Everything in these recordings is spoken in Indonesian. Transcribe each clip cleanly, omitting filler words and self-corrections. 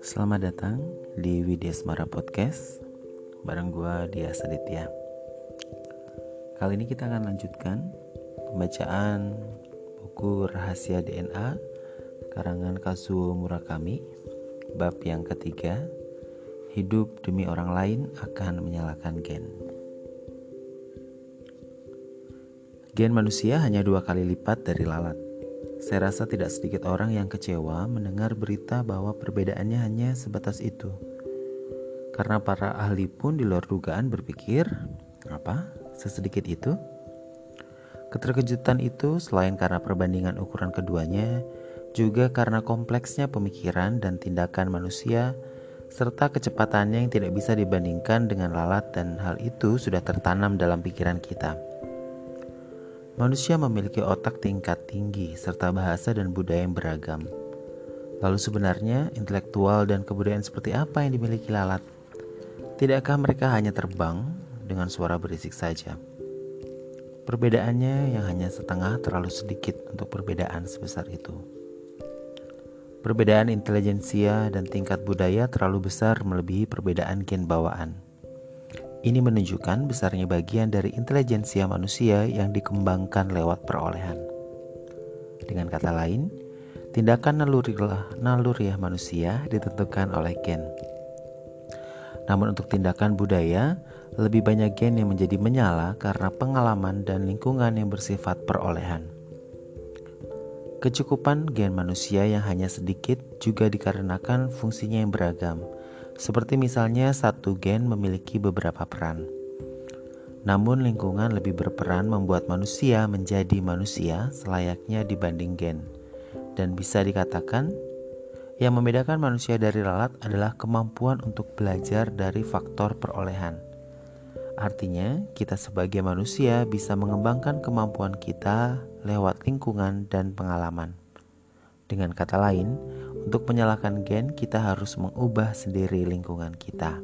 Selamat datang di Widya Semara Podcast bareng gue Dia Saditya. Kali ini kita akan lanjutkan pembacaan buku Rahasia DNA karangan Kazuo Murakami, bab yang ketiga, hidup demi orang lain akan menyalakan gen. Gen manusia hanya 2 kali lipat dari lalat. Saya rasa tidak sedikit orang yang kecewa mendengar berita bahwa perbedaannya hanya sebatas itu. Karena para ahli pun di luar dugaan berpikir, apa? Sesedikit itu? Keterkejutan itu selain karena perbandingan ukuran keduanya, juga karena kompleksnya pemikiran dan tindakan manusia, serta kecepatannya yang tidak bisa dibandingkan dengan lalat, dan hal itu sudah tertanam dalam pikiran kita. Manusia memiliki otak tingkat tinggi serta bahasa dan budaya yang beragam. Lalu sebenarnya intelektual dan kebudayaan seperti apa yang dimiliki lalat? Tidakkah mereka hanya terbang dengan suara berisik saja? Perbedaannya yang hanya setengah terlalu sedikit untuk perbedaan sebesar itu. Perbedaan intelijensia dan tingkat budaya terlalu besar melebihi perbedaan gen bawaan. Ini menunjukkan besarnya bagian dari intelijensia manusia yang dikembangkan lewat perolehan. Dengan kata lain, tindakan naluriah manusia ditentukan oleh gen. Namun untuk tindakan budaya, lebih banyak gen yang menjadi menyala karena pengalaman dan lingkungan yang bersifat perolehan. Kecukupan gen manusia yang hanya sedikit juga dikarenakan fungsinya yang beragam. Seperti misalnya satu gen memiliki beberapa peran. Namun lingkungan lebih berperan membuat manusia menjadi manusia selayaknya dibanding gen. Dan bisa dikatakan, yang membedakan manusia dari lalat adalah kemampuan untuk belajar dari faktor perolehan. Artinya, kita sebagai manusia bisa mengembangkan kemampuan kita lewat lingkungan dan pengalaman. Dengan kata lain, untuk menyalakan gen, kita harus mengubah sendiri lingkungan kita.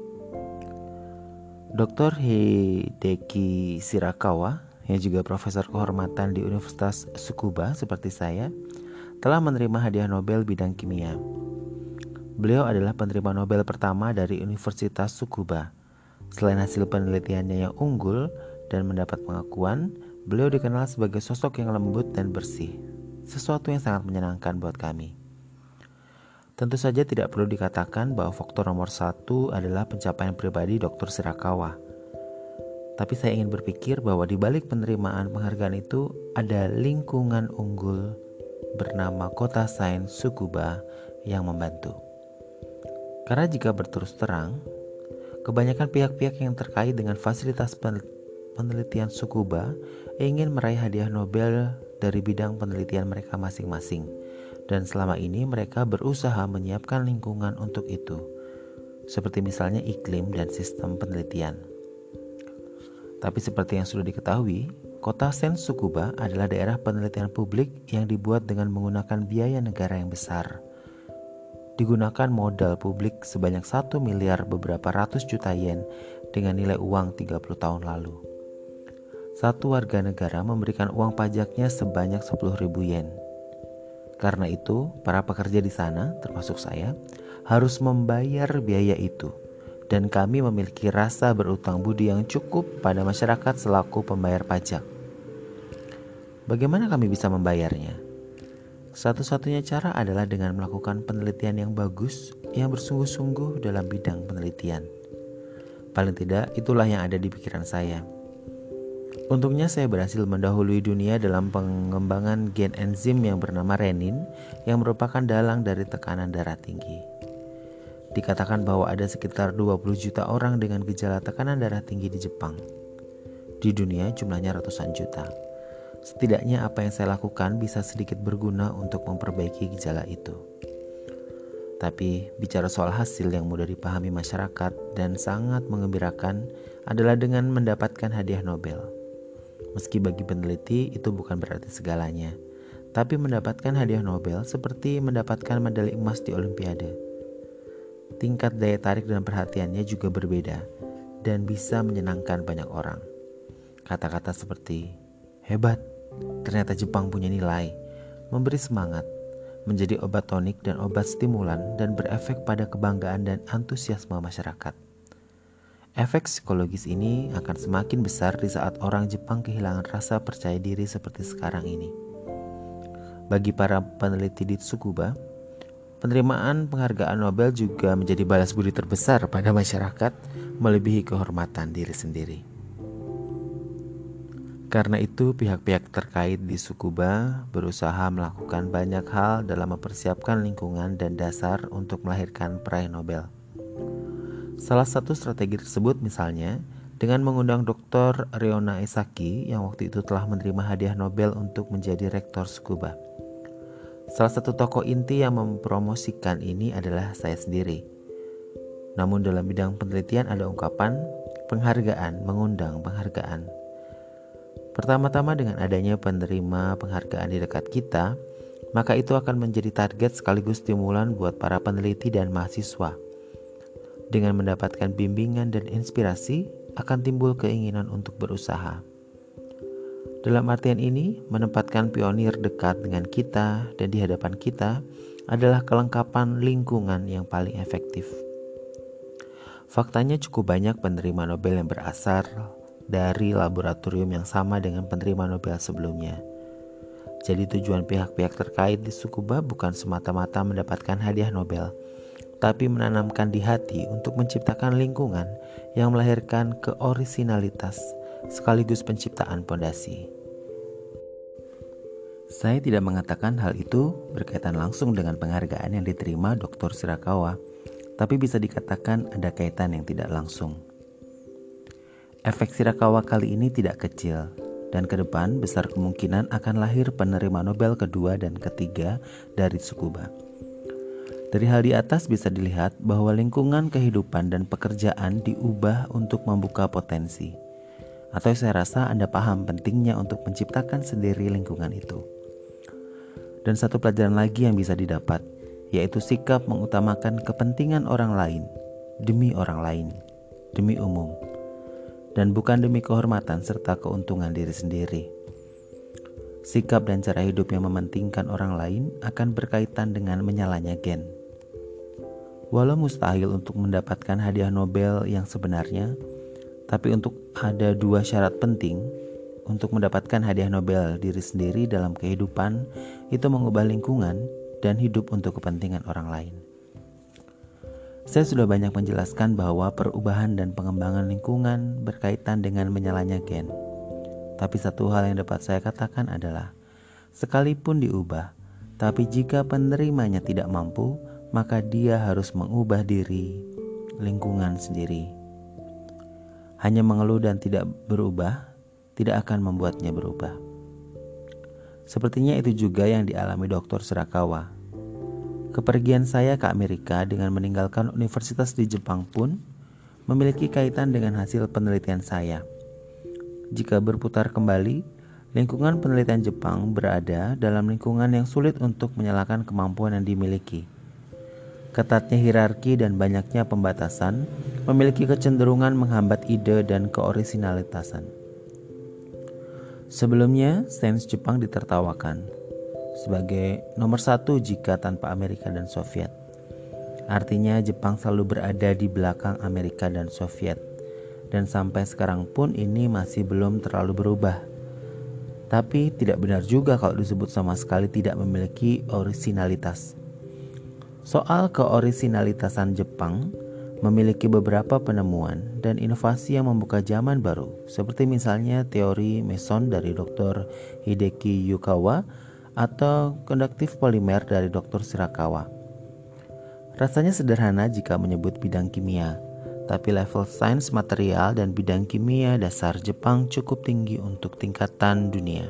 Dr. Hideki Shirakawa, yang juga profesor kehormatan di Universitas Tsukuba seperti saya, telah menerima hadiah Nobel bidang kimia. Beliau adalah penerima Nobel pertama dari Universitas Tsukuba. Selain hasil penelitiannya yang unggul dan mendapat pengakuan, beliau dikenal sebagai sosok yang lembut dan bersih. Sesuatu yang sangat menyenangkan buat kami. Tentu saja tidak perlu dikatakan bahwa faktor nomor 1 adalah pencapaian pribadi Dr. Shirakawa. Tapi saya ingin berpikir bahwa di balik penerimaan penghargaan itu ada lingkungan unggul bernama Kota Sains Tsukuba yang membantu. Karena jika berterus terang, kebanyakan pihak-pihak yang terkait dengan fasilitas penelitian Tsukuba ingin meraih hadiah Nobel dari bidang penelitian mereka masing-masing, dan selama ini mereka berusaha menyiapkan lingkungan untuk itu, seperti misalnya iklim dan sistem penelitian. Tapi seperti yang sudah diketahui, Kota Sains Tsukuba adalah daerah penelitian publik yang dibuat dengan menggunakan biaya negara yang besar. Digunakan modal publik sebanyak 1 miliar beberapa ratus juta yen dengan nilai uang 30 tahun lalu. Satu warga negara memberikan uang pajaknya sebanyak 10.000 yen. Karena itu, para pekerja di sana, termasuk saya, harus membayar biaya itu. Dan kami memiliki rasa berutang budi yang cukup pada masyarakat selaku pembayar pajak. Bagaimana kami bisa membayarnya? Satu-satunya cara adalah dengan melakukan penelitian yang bagus, yang bersungguh-sungguh dalam bidang penelitian. Paling tidak, itulah yang ada di pikiran saya. Untungnya saya berhasil mendahului dunia dalam pengembangan gen enzim yang bernama renin, yang merupakan dalang dari tekanan darah tinggi. Dikatakan bahwa ada sekitar 20 juta orang dengan gejala tekanan darah tinggi di Jepang. Di dunia jumlahnya ratusan juta. Setidaknya apa yang saya lakukan bisa sedikit berguna untuk memperbaiki gejala itu. Tapi bicara soal hasil yang mudah dipahami masyarakat dan sangat mengembirakan adalah dengan mendapatkan hadiah Nobel. Meski bagi peneliti itu bukan berarti segalanya, tapi mendapatkan hadiah Nobel seperti mendapatkan medali emas di Olimpiade. Tingkat daya tarik dan perhatiannya juga berbeda dan bisa menyenangkan banyak orang. Kata-kata seperti, hebat, ternyata Jepang punya nilai, memberi semangat, menjadi obat tonik dan obat stimulan dan berefek pada kebanggaan dan antusiasme masyarakat. Efek psikologis ini akan semakin besar di saat orang Jepang kehilangan rasa percaya diri seperti sekarang ini. Bagi para peneliti di Tsukuba, penerimaan penghargaan Nobel juga menjadi balas budi terbesar pada masyarakat melebihi kehormatan diri sendiri. Karena itu, pihak-pihak terkait di Tsukuba berusaha melakukan banyak hal dalam mempersiapkan lingkungan dan dasar untuk melahirkan peraih Nobel. Salah satu strategi tersebut misalnya dengan mengundang Dr. Ryona Esaki yang waktu itu telah menerima hadiah Nobel untuk menjadi rektor Tsukuba. Salah satu tokoh inti yang mempromosikan ini adalah saya sendiri. Namun dalam bidang penelitian ada ungkapan penghargaan, mengundang penghargaan. Pertama-tama dengan adanya penerima penghargaan di dekat kita, maka itu akan menjadi target sekaligus stimulan buat para peneliti dan mahasiswa. Dengan mendapatkan bimbingan dan inspirasi, akan timbul keinginan untuk berusaha. Dalam artian ini, menempatkan pionir dekat dengan kita dan di hadapan kita adalah kelengkapan lingkungan yang paling efektif. Faktanya cukup banyak penerima Nobel yang berasal dari laboratorium yang sama dengan penerima Nobel sebelumnya. Jadi tujuan pihak-pihak terkait di Tsukuba bukan semata-mata mendapatkan hadiah Nobel, tapi menanamkan di hati untuk menciptakan lingkungan yang melahirkan keorisinalitas sekaligus penciptaan pondasi. Saya tidak mengatakan hal itu berkaitan langsung dengan penghargaan yang diterima Dr. Shirakawa, tapi bisa dikatakan ada kaitan yang tidak langsung. Efek Shirakawa kali ini tidak kecil, dan ke depan besar kemungkinan akan lahir penerima Nobel kedua dan ketiga dari Tsukuba. Dari hal di atas bisa dilihat bahwa lingkungan kehidupan dan pekerjaan diubah untuk membuka potensi. Atau saya rasa Anda paham pentingnya untuk menciptakan sendiri lingkungan itu. Dan satu pelajaran lagi yang bisa didapat, yaitu sikap mengutamakan kepentingan orang lain, demi umum, dan bukan demi kehormatan serta keuntungan diri sendiri. Sikap dan cara hidup yang mementingkan orang lain akan berkaitan dengan menyalanya gen. Walau mustahil untuk mendapatkan hadiah Nobel yang sebenarnya, tapi untuk ada dua syarat penting untuk mendapatkan hadiah Nobel diri sendiri dalam kehidupan, itu mengubah lingkungan dan hidup untuk kepentingan orang lain. Saya sudah banyak menjelaskan bahwa perubahan dan pengembangan lingkungan berkaitan dengan menyalanya gen. Tapi satu hal yang dapat saya katakan adalah, sekalipun diubah, tapi jika penerimanya tidak mampu, maka dia harus mengubah diri, lingkungan sendiri. Hanya mengeluh dan tidak berubah, tidak akan membuatnya berubah. Sepertinya itu juga yang dialami Dr. Shirakawa. Kepergian saya ke Amerika dengan meninggalkan universitas di Jepang pun memiliki kaitan dengan hasil penelitian saya. Jika berputar kembali, lingkungan penelitian Jepang berada dalam lingkungan yang sulit untuk menyalakan kemampuan yang dimiliki. Ketatnya hierarki dan banyaknya pembatasan memiliki kecenderungan menghambat ide dan keorisinalitasan. Sebelumnya, sains Jepang ditertawakan sebagai nomor satu jika tanpa Amerika dan Soviet. Artinya Jepang selalu berada di belakang Amerika dan Soviet, dan sampai sekarang pun ini masih belum terlalu berubah. Tapi tidak benar juga kalau disebut sama sekali tidak memiliki orisinalitas. Soal keorisinalitasan Jepang memiliki beberapa penemuan dan inovasi yang membuka zaman baru, seperti misalnya teori meson dari Dr. Hideki Yukawa atau konduktif polimer dari Dr. Shirakawa. Rasanya sederhana jika menyebut bidang kimia, tapi level sains material dan bidang kimia dasar Jepang cukup tinggi untuk tingkatan dunia.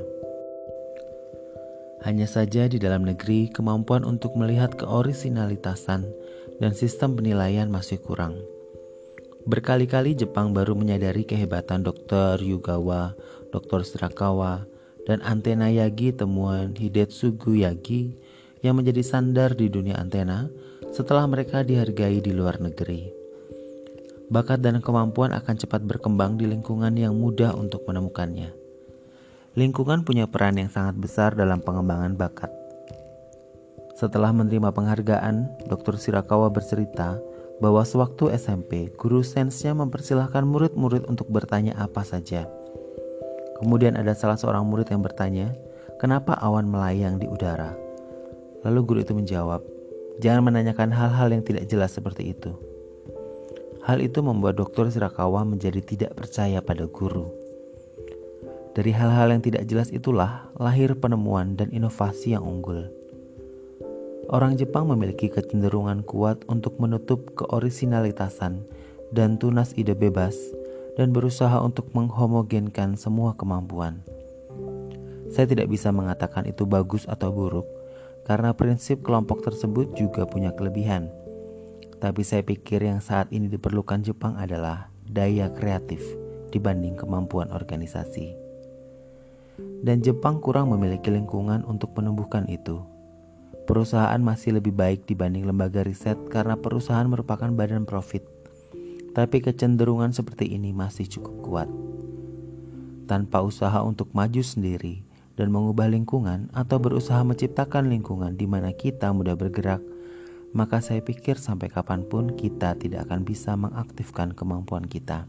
Hanya saja di dalam negeri kemampuan untuk melihat keorisinalitasan dan sistem penilaian masih kurang. Berkali-kali Jepang baru menyadari kehebatan Dr. Yugawa, Dr. Shirakawa, dan antena Yagi temuan Hidetsugu Yagi yang menjadi sandar di dunia antena setelah mereka dihargai di luar negeri. Bakat dan kemampuan akan cepat berkembang di lingkungan yang mudah untuk menemukannya. Lingkungan punya peran yang sangat besar dalam pengembangan bakat. Setelah menerima penghargaan, Dr. Shirakawa bercerita bahwa sewaktu SMP, guru sainsnya mempersilahkan murid-murid untuk bertanya apa saja. Kemudian ada salah seorang murid yang bertanya, "Kenapa awan melayang di udara?" Lalu guru itu menjawab, "Jangan menanyakan hal-hal yang tidak jelas seperti itu." Hal itu membuat Dr. Shirakawa menjadi tidak percaya pada guru. Dari hal-hal yang tidak jelas itulah lahir penemuan dan inovasi yang unggul. Orang Jepang memiliki kecenderungan kuat untuk menutup keorisinalitasan dan tunas ide bebas dan berusaha untuk menghomogenkan semua kemampuan. Saya tidak bisa mengatakan itu bagus atau buruk karena prinsip kelompok tersebut juga punya kelebihan. Tapi saya pikir yang saat ini diperlukan Jepang adalah daya kreatif dibanding kemampuan organisasi. Dan Jepang kurang memiliki lingkungan untuk menumbuhkan itu. Perusahaan masih lebih baik dibanding lembaga riset karena perusahaan merupakan badan profit. Tapi kecenderungan seperti ini masih cukup kuat. Tanpa usaha untuk maju sendiri dan mengubah lingkungan atau berusaha menciptakan lingkungan di mana kita mudah bergerak, maka saya pikir sampai kapanpun kita tidak akan bisa mengaktifkan kemampuan kita.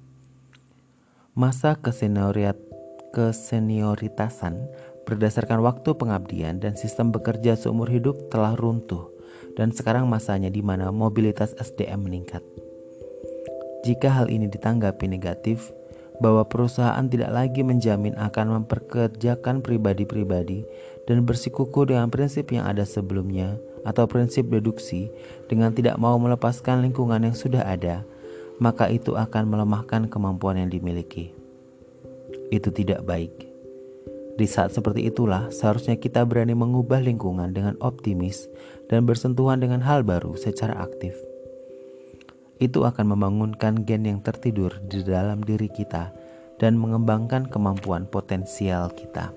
Masa kesenioritasan berdasarkan waktu pengabdian dan sistem bekerja seumur hidup telah runtuh dan sekarang masanya di mana mobilitas SDM meningkat. Jika hal ini ditanggapi negatif, bahwa perusahaan tidak lagi menjamin akan memperkerjakan pribadi-pribadi dan bersikukuh dengan prinsip yang ada sebelumnya atau prinsip deduksi dengan tidak mau melepaskan lingkungan yang sudah ada, maka itu akan melemahkan kemampuan yang dimiliki. Itu tidak baik. Di saat seperti itulah seharusnya kita berani mengubah lingkungan dengan optimis dan bersentuhan dengan hal baru secara aktif. Itu akan membangunkan gen yang tertidur di dalam diri kita dan mengembangkan kemampuan potensial kita.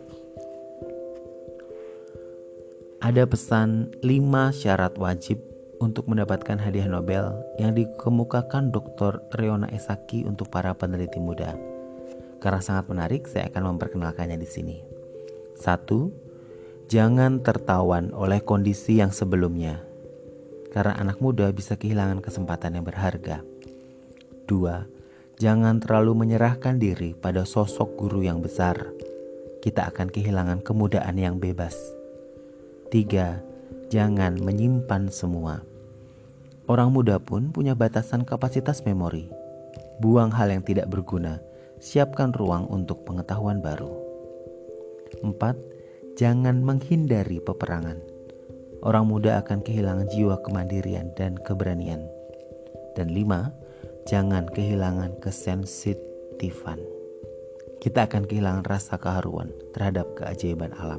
Ada pesan 5 syarat wajib untuk mendapatkan hadiah Nobel yang dikemukakan Dr. Ryona Esaki untuk para peneliti muda. Karena sangat menarik, saya akan memperkenalkannya di sini. 1. Jangan tertawan oleh kondisi yang sebelumnya, karena anak muda bisa kehilangan kesempatan yang berharga. 2. Jangan terlalu menyerahkan diri pada sosok guru yang besar. Kita akan kehilangan kemudaan yang bebas. 3. Jangan menyimpan semua. Orang muda pun punya batasan kapasitas memori. Buang hal yang tidak berguna. Siapkan ruang untuk pengetahuan baru. 4. Jangan menghindari peperangan. Orang muda akan kehilangan jiwa kemandirian dan keberanian. Dan 5. Jangan kehilangan kesensitifan. Kita akan kehilangan rasa keharuan terhadap keajaiban alam.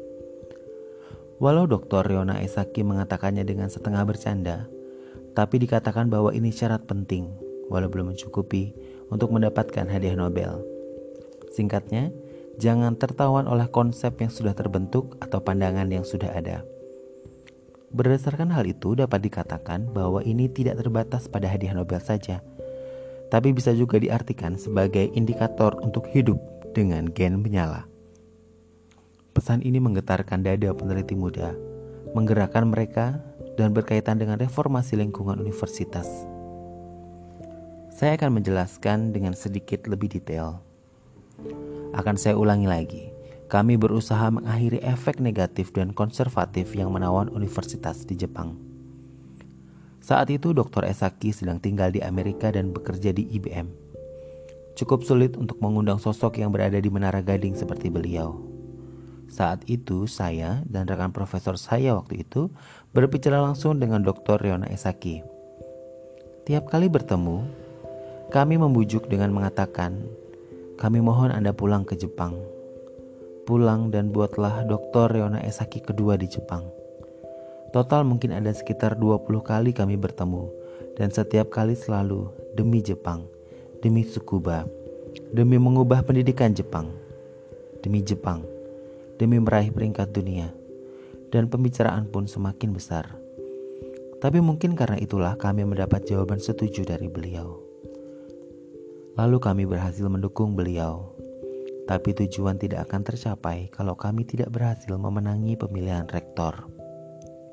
Walau Dr. Ryona Esaki mengatakannya dengan setengah bercanda, tapi dikatakan bahwa ini syarat penting, walau belum mencukupi, untuk mendapatkan hadiah Nobel. Singkatnya, jangan tertawan oleh konsep yang sudah terbentuk atau pandangan yang sudah ada. Berdasarkan hal itu dapat dikatakan bahwa ini tidak terbatas pada hadiah Nobel saja, tapi bisa juga diartikan sebagai indikator untuk hidup dengan gen menyala. Pesan ini menggetarkan dada peneliti muda, menggerakkan mereka dan berkaitan dengan reformasi lingkungan universitas. Saya akan menjelaskan dengan sedikit lebih detail. Akan saya ulangi lagi. Kami berusaha mengakhiri efek negatif dan konservatif yang menawan universitas di Jepang. Saat itu Dr. Esaki sedang tinggal di Amerika dan bekerja di IBM. Cukup sulit untuk mengundang sosok yang berada di Menara Gading seperti beliau. Saat itu saya dan rekan profesor saya waktu itu berbicara langsung dengan Dr. Ryona Esaki. Tiap kali bertemu, kami membujuk dengan mengatakan, "Kami mohon Anda pulang ke Jepang. Pulang dan buatlah Dr. Ryona Esaki kedua di Jepang." Total mungkin ada sekitar 20 kali kami bertemu, dan setiap kali selalu demi Jepang, demi Tsukuba, demi mengubah pendidikan Jepang, demi Jepang, demi meraih peringkat dunia. Dan pembicaraan pun semakin besar. Tapi mungkin karena itulah kami mendapat jawaban setuju dari beliau. Lalu kami berhasil mendukung beliau. Tapi tujuan tidak akan tercapai kalau kami tidak berhasil memenangi pemilihan rektor.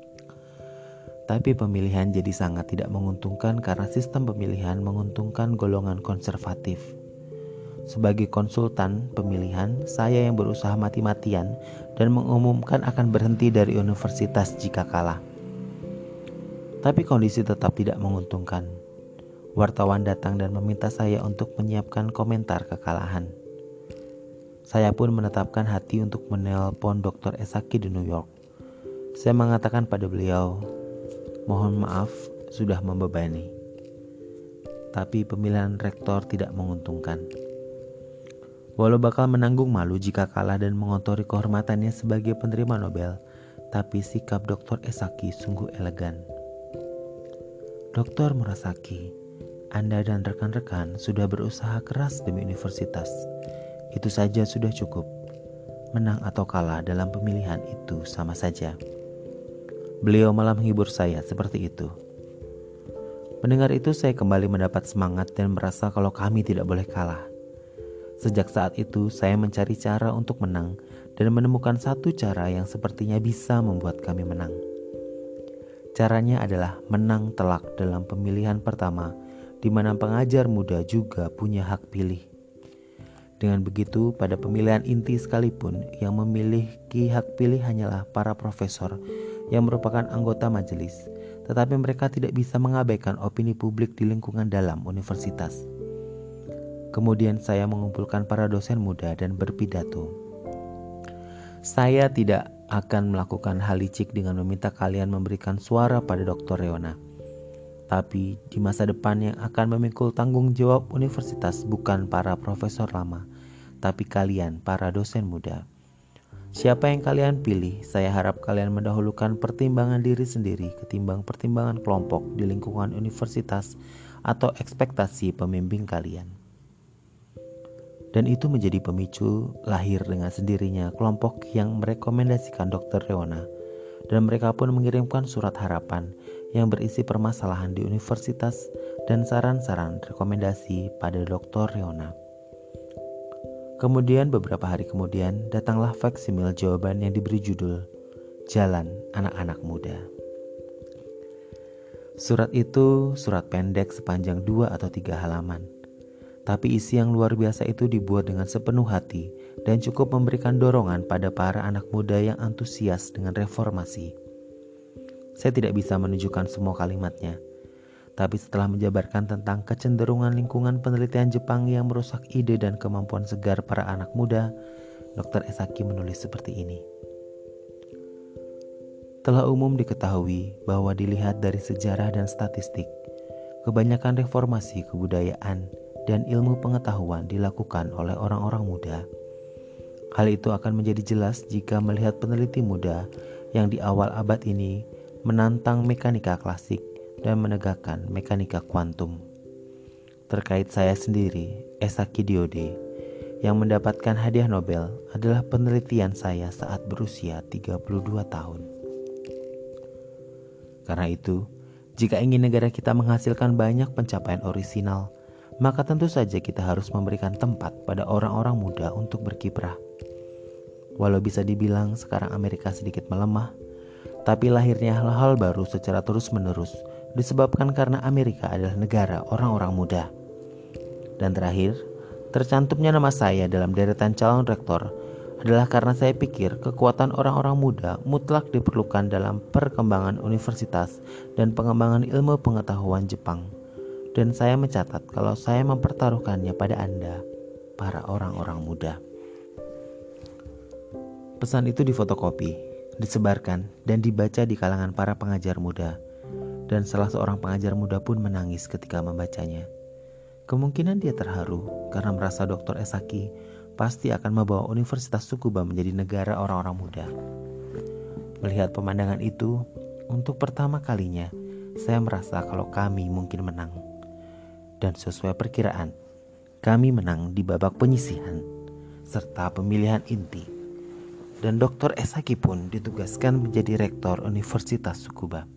Tapi pemilihan jadi sangat tidak menguntungkan karena sistem pemilihan menguntungkan golongan konservatif. Sebagai konsultan pemilihan, saya yang berusaha mati-matian dan mengumumkan akan berhenti dari universitas jika kalah. Tapi kondisi tetap tidak menguntungkan. Wartawan datang dan meminta saya untuk menyiapkan komentar kekalahan. Saya pun menetapkan hati untuk menelpon Dr. Esaki di New York. Saya mengatakan pada beliau, mohon maaf sudah membebani. Tapi pemilihan rektor tidak menguntungkan. Walau bakal menanggung malu jika kalah dan mengotori kehormatannya sebagai penerima Nobel, tapi sikap Dr. Esaki sungguh elegan. Dr. Murasaki, Anda dan rekan-rekan sudah berusaha keras demi universitas. Itu saja sudah cukup. Menang atau kalah dalam pemilihan itu sama saja. Beliau malah menghibur saya seperti itu. Mendengar itu saya kembali mendapat semangat dan merasa kalau kami tidak boleh kalah. Sejak saat itu saya mencari cara untuk menang dan menemukan satu cara yang sepertinya bisa membuat kami menang. Caranya adalah menang telak dalam pemilihan pertama, di mana pengajar muda juga punya hak pilih. Dengan begitu, pada pemilihan inti sekalipun, yang memiliki hak pilih hanyalah para profesor yang merupakan anggota majelis, tetapi mereka tidak bisa mengabaikan opini publik di lingkungan dalam universitas. Kemudian saya mengumpulkan para dosen muda dan berpidato. Saya tidak akan melakukan hal licik dengan meminta kalian memberikan suara pada Dr. Reona. Tapi di masa depan yang akan memikul tanggung jawab universitas bukan para profesor lama, tapi kalian para dosen muda. Siapa yang kalian pilih, saya harap kalian mendahulukan pertimbangan diri sendiri ketimbang pertimbangan kelompok di lingkungan universitas atau ekspektasi pembimbing kalian. Dan itu menjadi pemicu lahir dengan sendirinya kelompok yang merekomendasikan Dr. Reona, dan mereka pun mengirimkan surat harapan yang berisi permasalahan di universitas dan saran-saran rekomendasi pada Dr. Reona. Kemudian beberapa hari kemudian datanglah faksimil jawaban yang diberi judul Jalan Anak-anak Muda. Surat itu surat pendek sepanjang 2 atau 3 halaman. Tapi isi yang luar biasa itu dibuat dengan sepenuh hati dan cukup memberikan dorongan pada para anak muda yang antusias dengan reformasi. Saya tidak bisa menunjukkan semua kalimatnya, tapi setelah menjabarkan tentang kecenderungan lingkungan penelitian Jepang yang merusak ide dan kemampuan segar para anak muda, Dr. Esaki menulis seperti ini. Telah umum diketahui bahwa dilihat dari sejarah dan statistik, kebanyakan reformasi kebudayaan dan ilmu pengetahuan dilakukan oleh orang-orang muda. Hal itu akan menjadi jelas jika melihat peneliti muda yang di awal abad ini menantang mekanika klasik dan menegakkan mekanika kuantum. Terkait saya sendiri, Esaki Diode, yang mendapatkan hadiah Nobel adalah penelitian saya saat berusia 32 tahun. Karena itu, jika ingin negara kita menghasilkan banyak pencapaian orisinal, maka tentu saja kita harus memberikan tempat pada orang-orang muda untuk berkiprah. Walau bisa dibilang sekarang Amerika sedikit melemah, tapi lahirnya hal-hal baru secara terus-menerus disebabkan karena Amerika adalah negara orang-orang muda. Dan terakhir, tercantumnya nama saya dalam deretan calon rektor adalah karena saya pikir kekuatan orang-orang muda mutlak diperlukan dalam perkembangan universitas dan pengembangan ilmu pengetahuan Jepang. Dan saya mencatat kalau saya mempertaruhkannya pada Anda, para orang-orang muda. Pesan itu difotokopi, disebarkan, dan dibaca di kalangan para pengajar muda. Dan salah seorang pengajar muda pun menangis ketika membacanya. Kemungkinan dia terharu karena merasa Dr. Esaki pasti akan membawa Universitas Tsukuba menjadi negara orang-orang muda. Melihat pemandangan itu, untuk pertama kalinya, saya merasa kalau kami mungkin menang. Dan sesuai perkiraan, kami menang di babak penyisihan serta pemilihan inti. Dan Dr. Esaki pun ditugaskan menjadi rektor Universitas Tsukuba.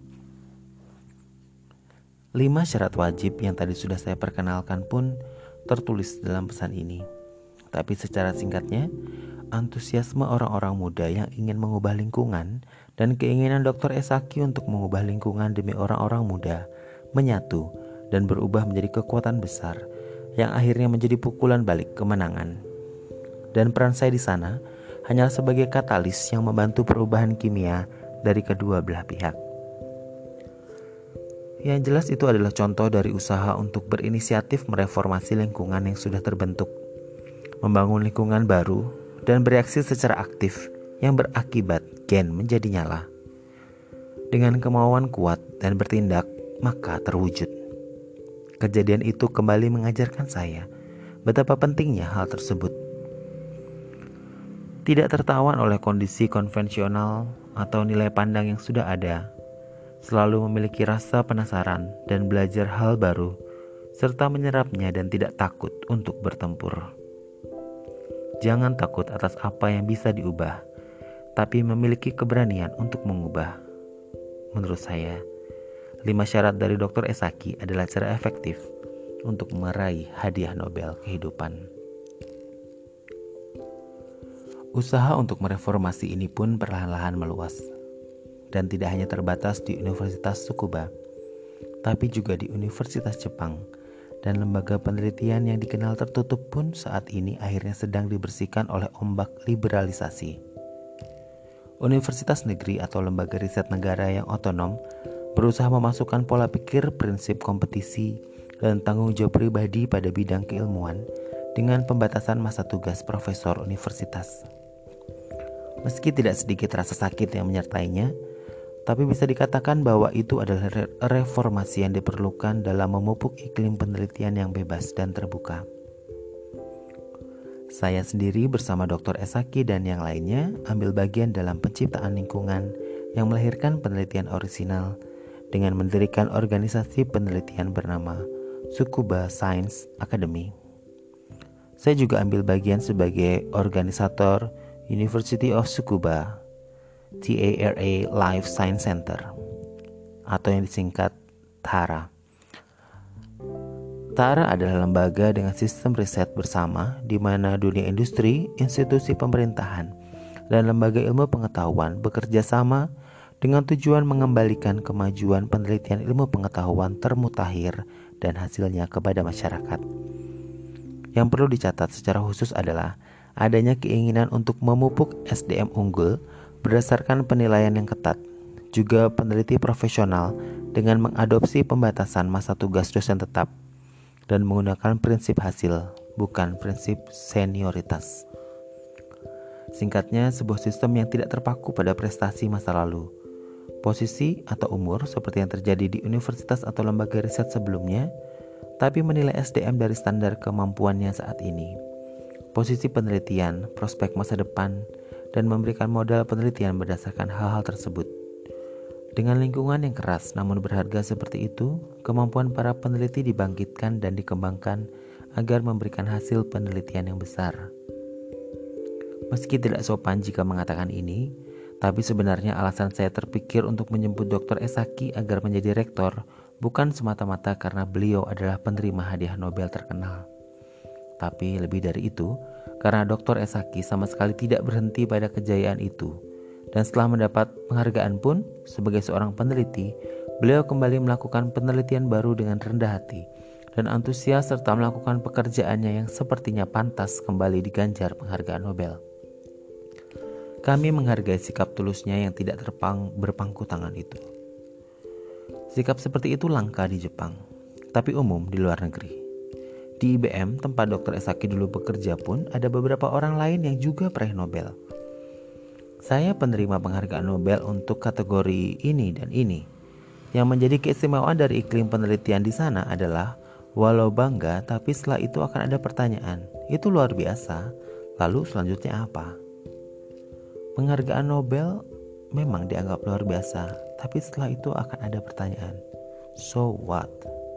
5 syarat wajib yang tadi sudah saya perkenalkan pun tertulis dalam pesan ini. Tapi secara singkatnya, antusiasme orang-orang muda yang ingin mengubah lingkungan dan keinginan Dr. Esaki untuk mengubah lingkungan demi orang-orang muda menyatu dan berubah menjadi kekuatan besar yang akhirnya menjadi pukulan balik kemenangan. Dan peran saya di sana hanyalah sebagai katalis yang membantu perubahan kimia dari kedua belah pihak. Yang jelas itu adalah contoh dari usaha untuk berinisiatif mereformasi lingkungan yang sudah terbentuk, membangun lingkungan baru, dan bereaksi secara aktif yang berakibat gen menjadi nyala. Dengan kemauan kuat dan bertindak, maka terwujud. Kejadian itu kembali mengajarkan saya betapa pentingnya hal tersebut. Tidak tertawan oleh kondisi konvensional atau nilai pandang yang sudah ada, selalu memiliki rasa penasaran dan belajar hal baru, serta menyerapnya dan tidak takut untuk bertempur. Jangan takut atas apa yang bisa diubah, tapi memiliki keberanian untuk mengubah. Menurut saya, 5 syarat dari Dr. Esaki adalah cara efektif untuk meraih hadiah Nobel kehidupan. Usaha untuk mereformasi ini pun perlahan-lahan meluas, dan tidak hanya terbatas di Universitas Tsukuba, tapi juga di Universitas Jepang, dan lembaga penelitian yang dikenal tertutup pun saat ini akhirnya sedang dibersihkan oleh ombak liberalisasi. Universitas negeri atau lembaga riset negara yang otonom berusaha memasukkan pola pikir, prinsip kompetisi, dan tanggung jawab pribadi pada bidang keilmuan dengan pembatasan masa tugas profesor universitas. Meski tidak sedikit rasa sakit yang menyertainya, tapi bisa dikatakan bahwa itu adalah reformasi yang diperlukan dalam memupuk iklim penelitian yang bebas dan terbuka. Saya sendiri bersama Dr. Esaki dan yang lainnya ambil bagian dalam penciptaan lingkungan yang melahirkan penelitian orisinal dengan mendirikan organisasi penelitian bernama Tsukuba Science Academy. Saya juga ambil bagian sebagai organisator University of Tsukuba TARA Life Science Center atau yang disingkat TARA. TARA adalah lembaga dengan sistem riset bersama di mana dunia industri, institusi pemerintahan, dan lembaga ilmu pengetahuan bekerja sama dengan tujuan mengembalikan kemajuan penelitian ilmu pengetahuan termutakhir dan hasilnya kepada masyarakat. Yang perlu dicatat secara khusus adalah adanya keinginan untuk memupuk SDM unggul berdasarkan penilaian yang ketat, juga peneliti profesional dengan mengadopsi pembatasan masa tugas dosen tetap dan menggunakan prinsip hasil, bukan prinsip senioritas. Singkatnya, sebuah sistem yang tidak terpaku pada prestasi masa lalu, posisi atau umur seperti yang terjadi di universitas atau lembaga riset sebelumnya, tapi menilai SDM dari standar kemampuannya saat ini, posisi penelitian, prospek masa depan, dan memberikan modal penelitian berdasarkan hal-hal tersebut. Dengan lingkungan yang keras namun berharga seperti itu, kemampuan para peneliti dibangkitkan dan dikembangkan agar memberikan hasil penelitian yang besar. Meski tidak sopan jika mengatakan ini, tapi sebenarnya alasan saya terpikir untuk menjemput Dr. Esaki agar menjadi rektor bukan semata-mata karena beliau adalah penerima hadiah Nobel terkenal. Tapi lebih dari itu, karena Dr. Esaki sama sekali tidak berhenti pada kejayaan itu. Dan setelah mendapat penghargaan pun, sebagai seorang peneliti, beliau kembali melakukan penelitian baru dengan rendah hati dan antusias serta melakukan pekerjaannya yang sepertinya pantas kembali diganjar penghargaan Nobel. Kami menghargai sikap tulusnya yang tidak berpangku tangan itu. Sikap seperti itu langka di Jepang, tapi umum di luar negeri. Di IBM, tempat Dr. Esaki dulu bekerja pun ada beberapa orang lain yang juga peraih Nobel. Saya penerima penghargaan Nobel untuk kategori ini dan ini. Yang menjadi keistimewaan dari iklim penelitian di sana adalah walau bangga, tapi setelah itu akan ada pertanyaan. Itu luar biasa. Lalu selanjutnya apa? Penghargaan Nobel memang dianggap luar biasa, tapi setelah itu akan ada pertanyaan. So what?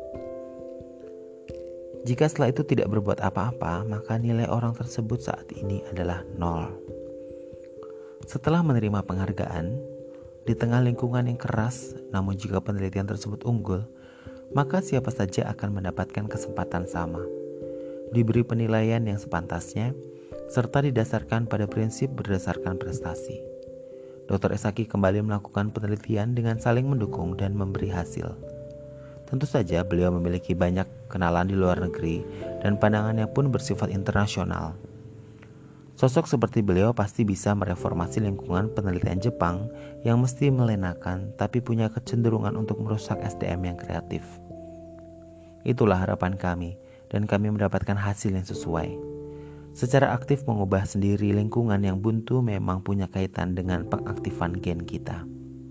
Jika setelah itu tidak berbuat apa-apa, maka nilai orang tersebut saat ini adalah 0. Setelah menerima penghargaan, di tengah lingkungan yang keras, namun jika penelitian tersebut unggul, maka siapa saja akan mendapatkan kesempatan sama. Diberi penilaian yang sepantasnya, serta didasarkan pada prinsip berdasarkan prestasi. Dr. Esaki kembali melakukan penelitian dengan saling mendukung dan memberi hasil. Tentu saja beliau memiliki banyak kenalan di luar negeri dan pandangannya pun bersifat internasional. Sosok seperti beliau pasti bisa mereformasi lingkungan penelitian Jepang yang mesti melenakan tapi punya kecenderungan untuk merusak SDM yang kreatif. Itulah harapan kami dan kami mendapatkan hasil yang sesuai. Secara aktif mengubah sendiri lingkungan yang buntu memang punya kaitan dengan pengaktifan gen kita.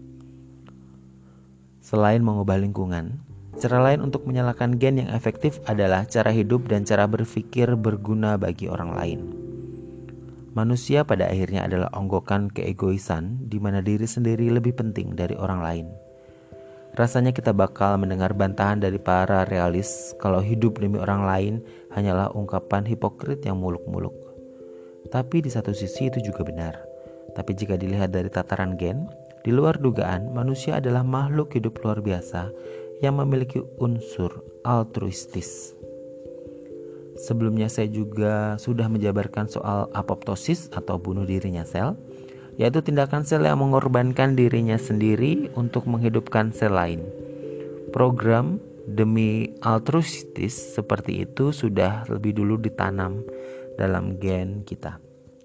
Selain mengubah lingkungan, cara lain untuk menyalakan gen yang efektif adalah cara hidup dan cara berpikir berguna bagi orang lain. Manusia pada akhirnya adalah onggokan keegoisan di mana diri sendiri lebih penting dari orang lain. Rasanya kita bakal mendengar bantahan dari para realis kalau hidup demi orang lain hanyalah ungkapan hipokrit yang muluk-muluk. Tapi di satu sisi itu juga benar. Tapi jika dilihat dari tataran gen, di luar dugaan manusia adalah makhluk hidup luar biasa yang memiliki unsur altruistis. Sebelumnya saya juga sudah menjabarkan soal apoptosis atau bunuh dirinya sel, yaitu tindakan sel yang mengorbankan dirinya sendiri untuk menghidupkan sel lain. Program demi altruistis seperti itu sudah lebih dulu ditanam dalam gen kita.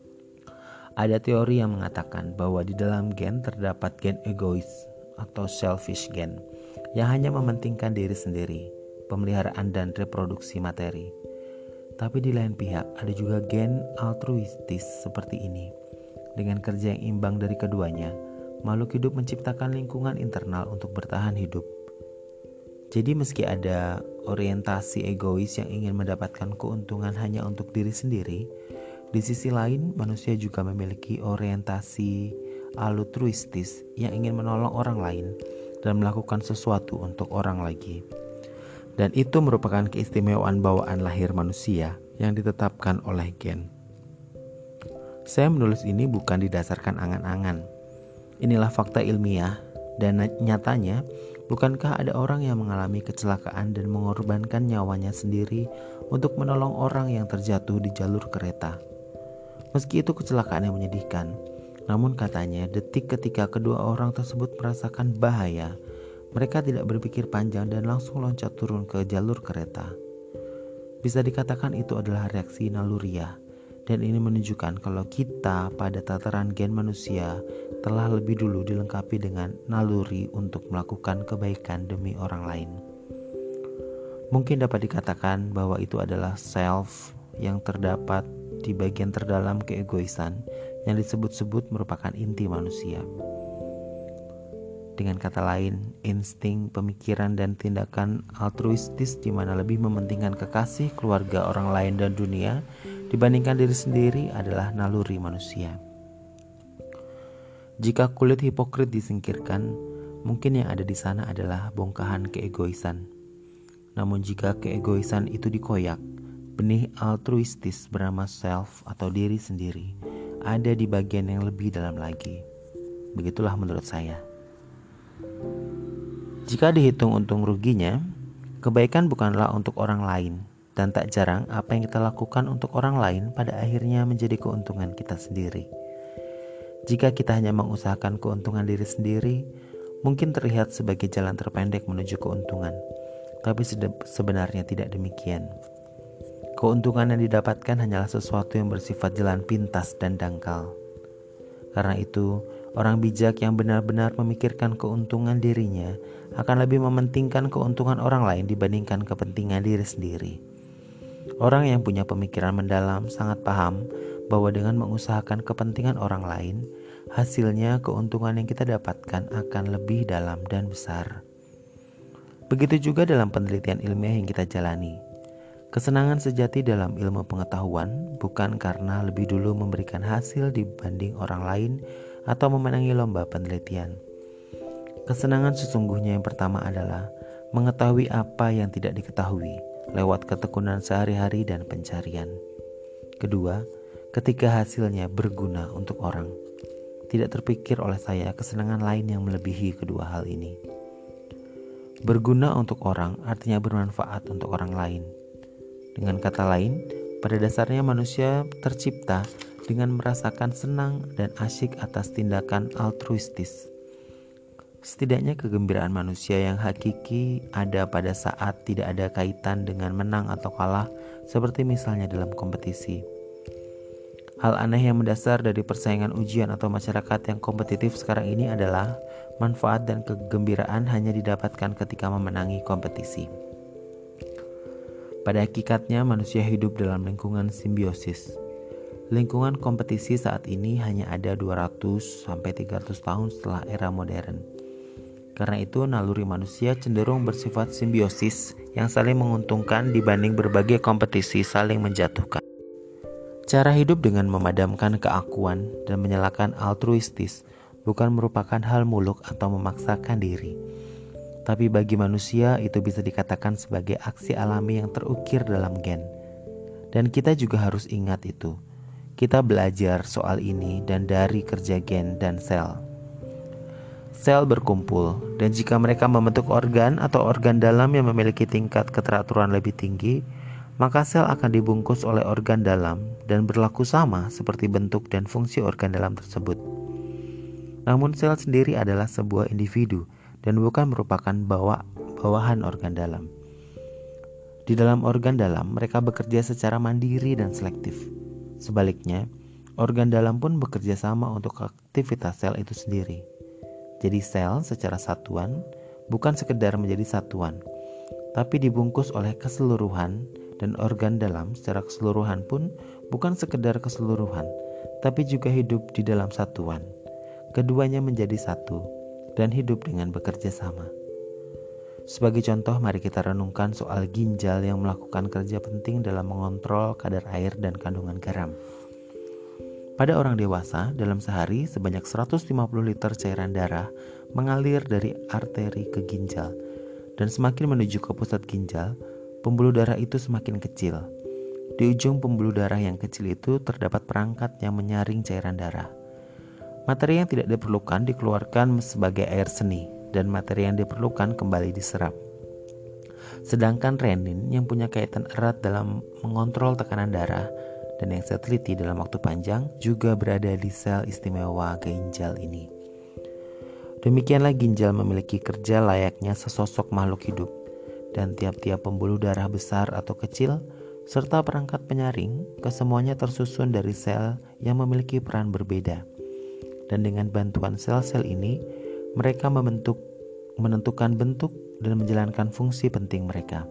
Ada teori yang mengatakan bahwa di dalam gen terdapat gen egois atau selfish gen yang hanya mementingkan diri sendiri, pemeliharaan dan reproduksi materi. Tapi di lain pihak ada juga gen altruistis seperti ini. Dengan kerja yang imbang dari keduanya, makhluk hidup menciptakan lingkungan internal untuk bertahan hidup. Jadi meski ada orientasi egois yang ingin mendapatkan keuntungan hanya untuk diri sendiri, di sisi lain manusia juga memiliki orientasi altruistis yang ingin menolong orang lain dan melakukan sesuatu untuk orang lagi. Dan itu merupakan keistimewaan bawaan lahir manusia yang ditetapkan oleh gen. Saya menulis ini bukan didasarkan angan-angan. Inilah fakta ilmiah dan nyatanya bukankah ada orang yang mengalami kecelakaan dan mengorbankan nyawanya sendiri untuk menolong orang yang terjatuh di jalur kereta. Meski itu kecelakaan yang menyedihkan, namun katanya detik ketika kedua orang tersebut merasakan bahaya, mereka tidak berpikir panjang dan langsung loncat turun ke jalur kereta. Bisa dikatakan itu adalah reaksi naluriah. Dan ini menunjukkan kalau kita pada tataran gen manusia telah lebih dulu dilengkapi dengan naluri untuk melakukan kebaikan demi orang lain. Mungkin dapat dikatakan bahwa itu adalah self yang terdapat di bagian terdalam keegoisan yang disebut-sebut merupakan inti manusia. Dengan kata lain, insting, pemikiran, dan tindakan altruistis di mana lebih mementingkan kekasih, keluarga, orang lain, dan dunia dibandingkan diri sendiri adalah naluri manusia. Jika kulit hipokrit disingkirkan, mungkin yang ada di sana adalah bongkahan keegoisan. Namun jika keegoisan itu dikoyak, benih altruistis bernama self atau diri sendiri ada di bagian yang lebih dalam lagi. Begitulah menurut saya. Jika dihitung untung ruginya, kebaikan bukanlah untuk orang lain, dan tak jarang apa yang kita lakukan untuk orang lain pada akhirnya menjadi keuntungan kita sendiri. Jika kita hanya mengusahakan keuntungan diri sendiri, mungkin terlihat sebagai jalan terpendek menuju keuntungan, tapi sebenarnya tidak demikian. Keuntungan yang didapatkan hanyalah sesuatu yang bersifat jalan pintas dan dangkal. Karena itu, orang bijak yang benar-benar memikirkan keuntungan dirinya akan lebih mementingkan keuntungan orang lain dibandingkan kepentingan diri sendiri. Orang yang punya pemikiran mendalam sangat paham bahwa dengan mengusahakan kepentingan orang lain, hasilnya keuntungan yang kita dapatkan akan lebih dalam dan besar. Begitu juga dalam penelitian ilmiah yang kita jalani. Kesenangan sejati dalam ilmu pengetahuan bukan karena lebih dulu memberikan hasil dibanding orang lain atau memenangi lomba penelitian. Kesenangan sesungguhnya yang pertama adalah mengetahui apa yang tidak diketahui lewat ketekunan sehari-hari dan pencarian. Kedua, ketika hasilnya berguna untuk orang. Tidak terpikir oleh saya kesenangan lain yang melebihi kedua hal ini. Berguna untuk orang artinya bermanfaat untuk orang lain. Dengan kata lain, Pada dasarnya manusia tercipta dengan merasakan senang dan asyik atas tindakan altruistis. Setidaknya kegembiraan manusia yang hakiki ada pada saat tidak ada kaitan dengan menang atau kalah, seperti misalnya dalam kompetisi. Hal aneh yang mendasar dari persaingan ujian atau masyarakat yang kompetitif sekarang ini adalah manfaat dan kegembiraan hanya didapatkan ketika memenangi kompetisi. Pada hakikatnya manusia hidup dalam lingkungan simbiosis. Lingkungan kompetisi saat ini hanya ada 200-300 tahun setelah era modern. Karena itu naluri manusia cenderung bersifat simbiosis yang saling menguntungkan dibanding berbagai kompetisi saling menjatuhkan. Cara hidup dengan memadamkan keakuan dan menyalakan altruistis bukan merupakan hal muluk atau memaksakan diri. Tapi bagi manusia itu bisa dikatakan sebagai aksi alami yang terukir dalam gen. Dan kita juga harus ingat itu. Kita belajar soal ini dan dari kerja gen dan sel. Sel berkumpul, dan jika mereka membentuk organ atau organ dalam yang memiliki tingkat keteraturan lebih tinggi, maka sel akan dibungkus oleh organ dalam dan berlaku sama seperti bentuk dan fungsi organ dalam tersebut. Namun sel sendiri adalah sebuah individu dan bukan merupakan bawahan organ dalam. Di dalam organ dalam, mereka bekerja secara mandiri dan selektif. Sebaliknya, organ dalam pun bekerja sama untuk aktivitas sel itu sendiri. Jadi sel secara satuan bukan sekedar menjadi satuan, tapi dibungkus oleh keseluruhan, dan organ dalam secara keseluruhan pun bukan sekedar keseluruhan, tapi juga hidup di dalam satuan. Keduanya menjadi satu dan hidup dengan bekerja sama. Sebagai contoh, mari kita renungkan soal ginjal yang melakukan kerja penting dalam mengontrol kadar air dan kandungan garam. Pada orang dewasa, dalam sehari sebanyak 150 liter cairan darah mengalir dari arteri ke ginjal, dan semakin menuju ke pusat ginjal, pembuluh darah itu semakin kecil. Di ujung pembuluh darah yang kecil itu terdapat perangkat yang menyaring cairan darah. Materi yang tidak diperlukan dikeluarkan sebagai air seni, dan materi yang diperlukan kembali diserap. Sedangkan renin yang punya kaitan erat dalam mengontrol tekanan darah dan yang saya teliti dalam waktu panjang juga berada di sel istimewa ginjal ini. Demikianlah ginjal memiliki kerja layaknya sesosok makhluk hidup, dan tiap-tiap pembuluh darah besar atau kecil serta perangkat penyaring kesemuanya tersusun dari sel yang memiliki peran berbeda. Dan dengan bantuan sel-sel ini, mereka menentukan bentuk dan menjalankan fungsi penting mereka.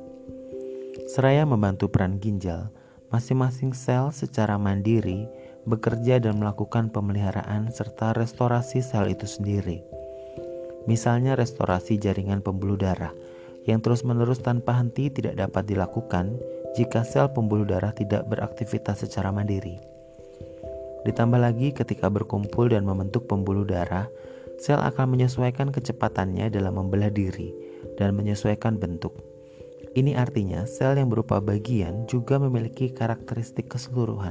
Seraya membantu peran ginjal, masing-masing sel secara mandiri bekerja dan melakukan pemeliharaan serta restorasi sel itu sendiri. Misalnya restorasi jaringan pembuluh darah yang terus-menerus tanpa henti tidak dapat dilakukan jika sel pembuluh darah tidak beraktivitas secara mandiri. Ditambah lagi ketika berkumpul dan membentuk pembuluh darah, sel akan menyesuaikan kecepatannya dalam membelah diri dan menyesuaikan bentuk. Ini artinya sel yang berupa bagian juga memiliki karakteristik keseluruhan.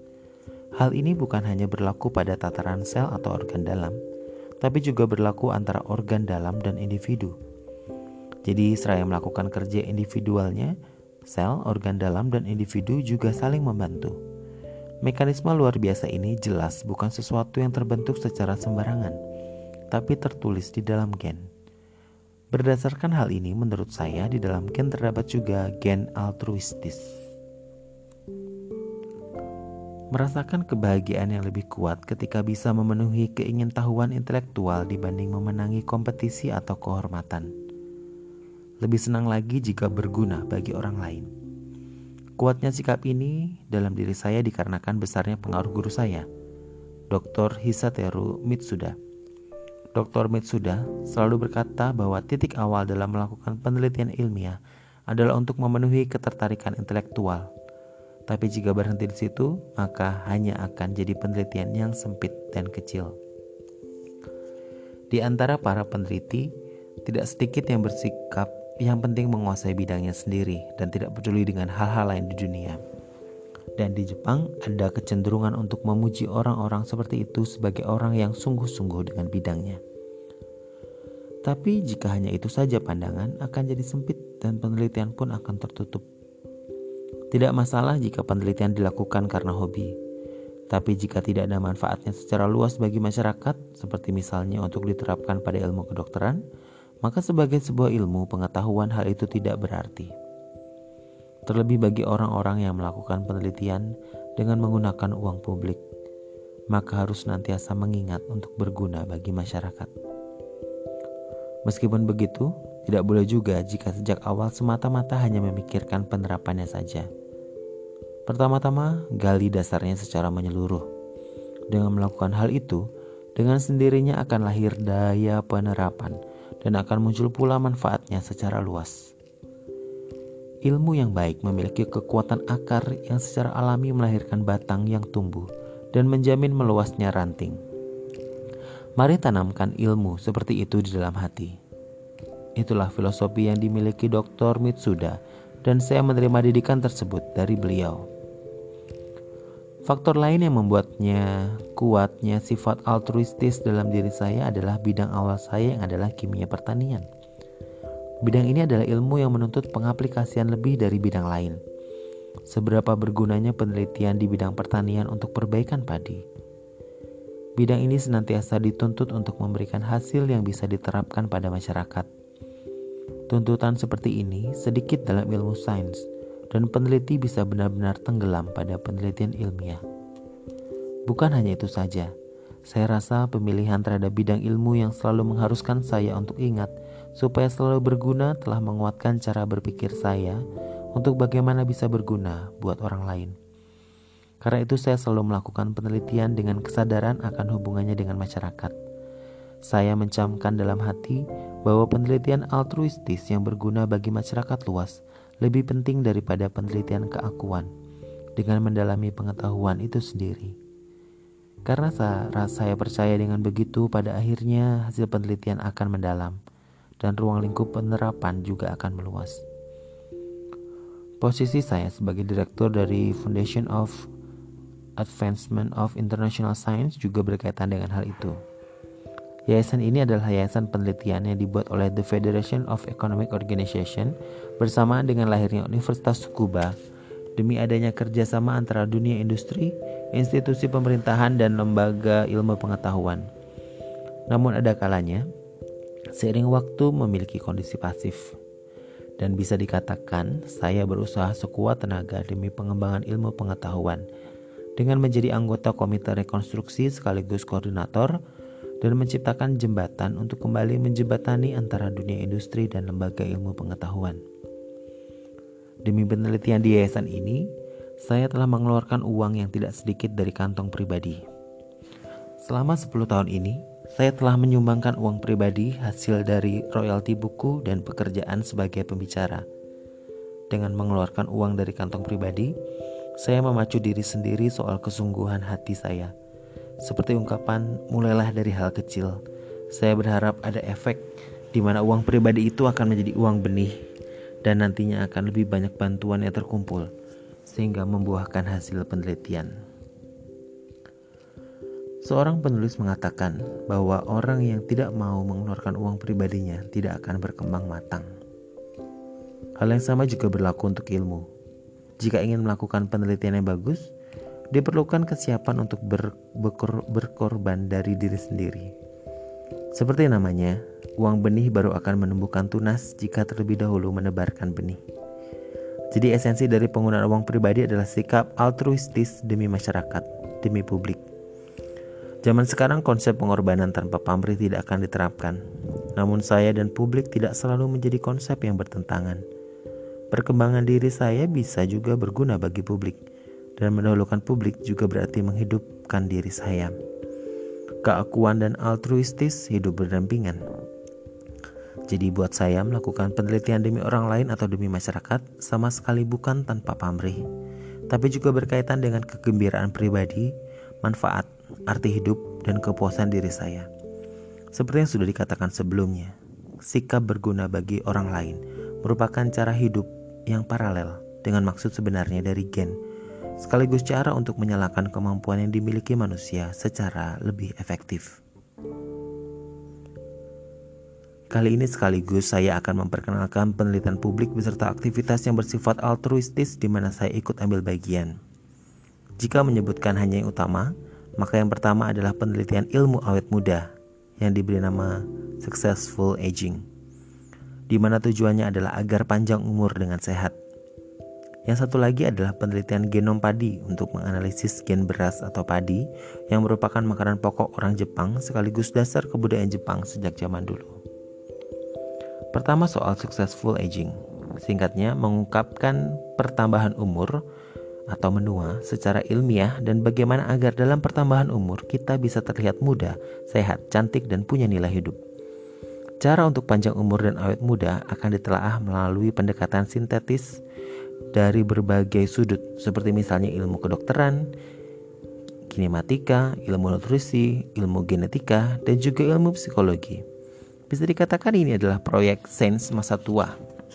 Hal ini bukan hanya berlaku pada tataran sel atau organ dalam, tapi juga berlaku antara organ dalam dan individu. Jadi seraya melakukan kerja individualnya, sel, organ dalam, dan individu juga saling membantu. Mekanisme luar biasa ini jelas bukan sesuatu yang terbentuk secara sembarangan, tapi tertulis di dalam gen. Berdasarkan hal ini, menurut saya di dalam gen terdapat juga gen altruistis. Merasakan kebahagiaan yang lebih kuat ketika bisa memenuhi keingintahuan intelektual dibanding memenangi kompetisi atau kehormatan. Lebih senang lagi jika berguna bagi orang lain. Kuatnya sikap ini dalam diri saya dikarenakan besarnya pengaruh guru saya, Dr. Hisateru Mitsuda. Dr. Mitsuda selalu berkata bahwa titik awal dalam melakukan penelitian ilmiah adalah untuk memenuhi ketertarikan intelektual. Tapi jika berhenti di situ, maka hanya akan jadi penelitian yang sempit dan kecil. Di antara para peneliti, tidak sedikit yang bersikap yang penting menguasai bidangnya sendiri dan tidak peduli dengan hal-hal lain di dunia. Dan di Jepang ada kecenderungan untuk memuji orang-orang seperti itu sebagai orang yang sungguh-sungguh dengan bidangnya. Tapi jika hanya itu saja pandangan akan jadi sempit dan penelitian pun akan tertutup. Tidak masalah jika penelitian dilakukan karena hobi, tapi jika tidak ada manfaatnya secara luas bagi masyarakat, seperti misalnya untuk diterapkan pada ilmu kedokteran, maka sebagai sebuah ilmu pengetahuan hal itu tidak berarti. Terlebih bagi orang-orang yang melakukan penelitian dengan menggunakan uang publik, maka harus senantiasa mengingat untuk berguna bagi masyarakat. Meskipun begitu, tidak boleh juga jika sejak awal semata-mata hanya memikirkan penerapannya saja. Pertama-tama, gali dasarnya secara menyeluruh. Dengan melakukan hal itu, dengan sendirinya akan lahir daya penerapan dan akan muncul pula manfaatnya secara luas. Ilmu yang baik memiliki kekuatan akar yang secara alami melahirkan batang yang tumbuh dan menjamin meluasnya ranting. Mari tanamkan ilmu seperti itu di dalam hati. Itulah filosofi yang dimiliki Dr. Mitsuda dan saya menerima didikan tersebut dari beliau. Faktor lain yang membuatnya kuatnya sifat altruistis dalam diri saya adalah bidang awal saya yang adalah kimia pertanian. Bidang ini adalah ilmu yang menuntut pengaplikasian lebih dari bidang lain. Seberapa bergunanya penelitian di bidang pertanian untuk perbaikan padi? Bidang ini senantiasa dituntut untuk memberikan hasil yang bisa diterapkan pada masyarakat. Tuntutan seperti ini sedikit dalam ilmu sains, dan peneliti bisa benar-benar tenggelam pada penelitian ilmiah. Bukan hanya itu saja, saya rasa pemilihan terhadap bidang ilmu yang selalu mengharuskan saya untuk ingat supaya selalu berguna telah menguatkan cara berpikir saya untuk bagaimana bisa berguna buat orang lain. Karena itu saya selalu melakukan penelitian dengan kesadaran akan hubungannya dengan masyarakat. Saya mencamkan dalam hati bahwa penelitian altruistis yang berguna bagi masyarakat luas lebih penting daripada penelitian keakuan dengan mendalami pengetahuan itu sendiri. Karena saya percaya dengan begitu pada akhirnya hasil penelitian akan mendalam dan ruang lingkup penerapan juga akan meluas. Posisi saya sebagai direktur dari Foundation of Advancement of International Science juga berkaitan dengan hal itu. Yayasan ini adalah yayasan penelitian yang dibuat oleh The Federation of Economic Organization bersamaan dengan lahirnya Universitas Tsukuba demi adanya kerjasama antara dunia industri, institusi pemerintahan, dan lembaga ilmu pengetahuan. Namun ada kalanya, seiring waktu memiliki kondisi pasif. Dan bisa dikatakan saya berusaha sekuat tenaga demi pengembangan ilmu pengetahuan dengan menjadi anggota komite rekonstruksi sekaligus koordinator dan menciptakan jembatan untuk kembali menjembatani antara dunia industri dan lembaga ilmu pengetahuan. Demi penelitian di yayasan ini, saya telah mengeluarkan uang yang tidak sedikit dari kantong pribadi. Selama 10 tahun ini, saya telah menyumbangkan uang pribadi hasil dari royalti buku dan pekerjaan sebagai pembicara. Dengan mengeluarkan uang dari kantong pribadi, saya memacu diri sendiri soal kesungguhan hati saya. Seperti ungkapan, mulailah dari hal kecil. Saya berharap ada efek di mana uang pribadi itu akan menjadi uang benih dan nantinya akan lebih banyak bantuan yang terkumpul sehingga membuahkan hasil penelitian. Seorang penulis mengatakan bahwa orang yang tidak mau mengeluarkan uang pribadinya tidak akan berkembang matang. Hal yang sama juga berlaku untuk ilmu. Jika ingin melakukan penelitian yang bagus, diperlukan kesiapan untuk berkorban dari diri sendiri. Seperti namanya, uang benih baru akan menumbuhkan tunas jika terlebih dahulu menebarkan benih. Jadi esensi dari penggunaan uang pribadi adalah sikap altruistis demi masyarakat, demi publik. Zaman sekarang konsep pengorbanan tanpa pamrih tidak akan diterapkan. Namun saya dan publik tidak selalu menjadi konsep yang bertentangan. Perkembangan diri saya bisa juga berguna bagi publik. Dan mendahulukan publik juga berarti menghidupkan diri saya. Keakuan dan altruistis hidup berdampingan. Jadi buat saya melakukan penelitian demi orang lain atau demi masyarakat sama sekali bukan tanpa pamrih, tapi juga berkaitan dengan kegembiraan pribadi, manfaat, arti hidup, dan kepuasan diri saya. Seperti yang sudah dikatakan sebelumnya, sikap berguna bagi orang lain merupakan cara hidup yang paralel dengan maksud sebenarnya dari Gen, sekaligus cara untuk menyalakan kemampuan yang dimiliki manusia secara lebih efektif. Kali ini sekaligus saya akan memperkenalkan penelitian publik beserta aktivitas yang bersifat altruistis di mana saya ikut ambil bagian. Jika menyebutkan hanya yang utama, maka yang pertama adalah penelitian ilmu awet muda yang diberi nama Successful Aging, di mana tujuannya adalah agar panjang umur dengan sehat. Yang satu lagi adalah penelitian genom padi untuk menganalisis gen beras atau padi yang merupakan makanan pokok orang Jepang sekaligus dasar kebudayaan Jepang sejak zaman dulu. Pertama, soal successful aging. Singkatnya, mengungkapkan pertambahan umur atau menua secara ilmiah dan bagaimana agar dalam pertambahan umur kita bisa terlihat muda, sehat, cantik, dan punya nilai hidup. Cara untuk panjang umur dan awet muda akan ditelaah melalui pendekatan sintetis dari berbagai sudut, seperti misalnya ilmu kedokteran, kinematika, ilmu nutrisi, ilmu genetika, dan juga ilmu psikologi. Bisa dikatakan ini adalah proyek sains masa tua.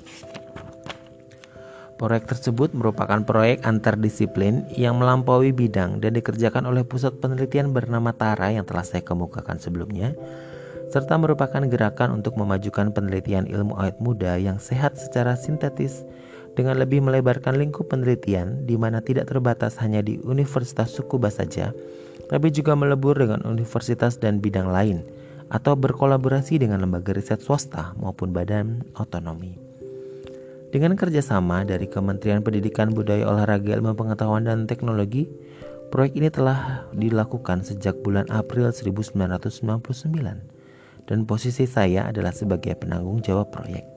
Proyek tersebut merupakan proyek antardisiplin yang melampaui bidang dan dikerjakan oleh pusat penelitian bernama TARA yang telah saya kemukakan sebelumnya, serta merupakan gerakan untuk memajukan penelitian ilmu awet muda yang sehat secara sintetis dengan lebih melebarkan lingkup penelitian di mana tidak terbatas hanya di Universitas Tsukuba saja, tapi juga melebur dengan universitas dan bidang lain, atau berkolaborasi dengan lembaga riset swasta maupun badan otonomi. Dengan kerjasama dari Kementerian Pendidikan, Budaya, Olahraga, Ilmu Pengetahuan, dan Teknologi, proyek ini telah dilakukan sejak bulan April 1999, dan posisi saya adalah sebagai penanggung jawab proyek.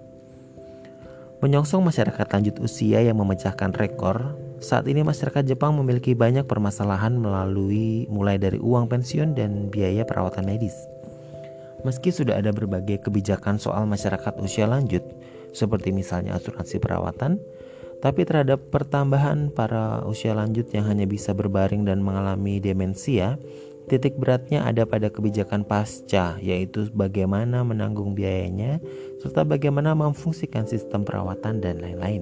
Menyongsong masyarakat lanjut usia yang memecahkan rekor, saat ini masyarakat Jepang memiliki banyak permasalahan mulai dari uang pensiun dan biaya perawatan medis. Meski sudah ada berbagai kebijakan soal masyarakat usia lanjut, seperti misalnya asuransi perawatan, tapi terhadap pertambahan para usia lanjut yang hanya bisa berbaring dan mengalami demensia, titik beratnya ada pada kebijakan pasca, yaitu bagaimana menanggung biayanya, serta bagaimana memfungsikan sistem perawatan dan lain-lain.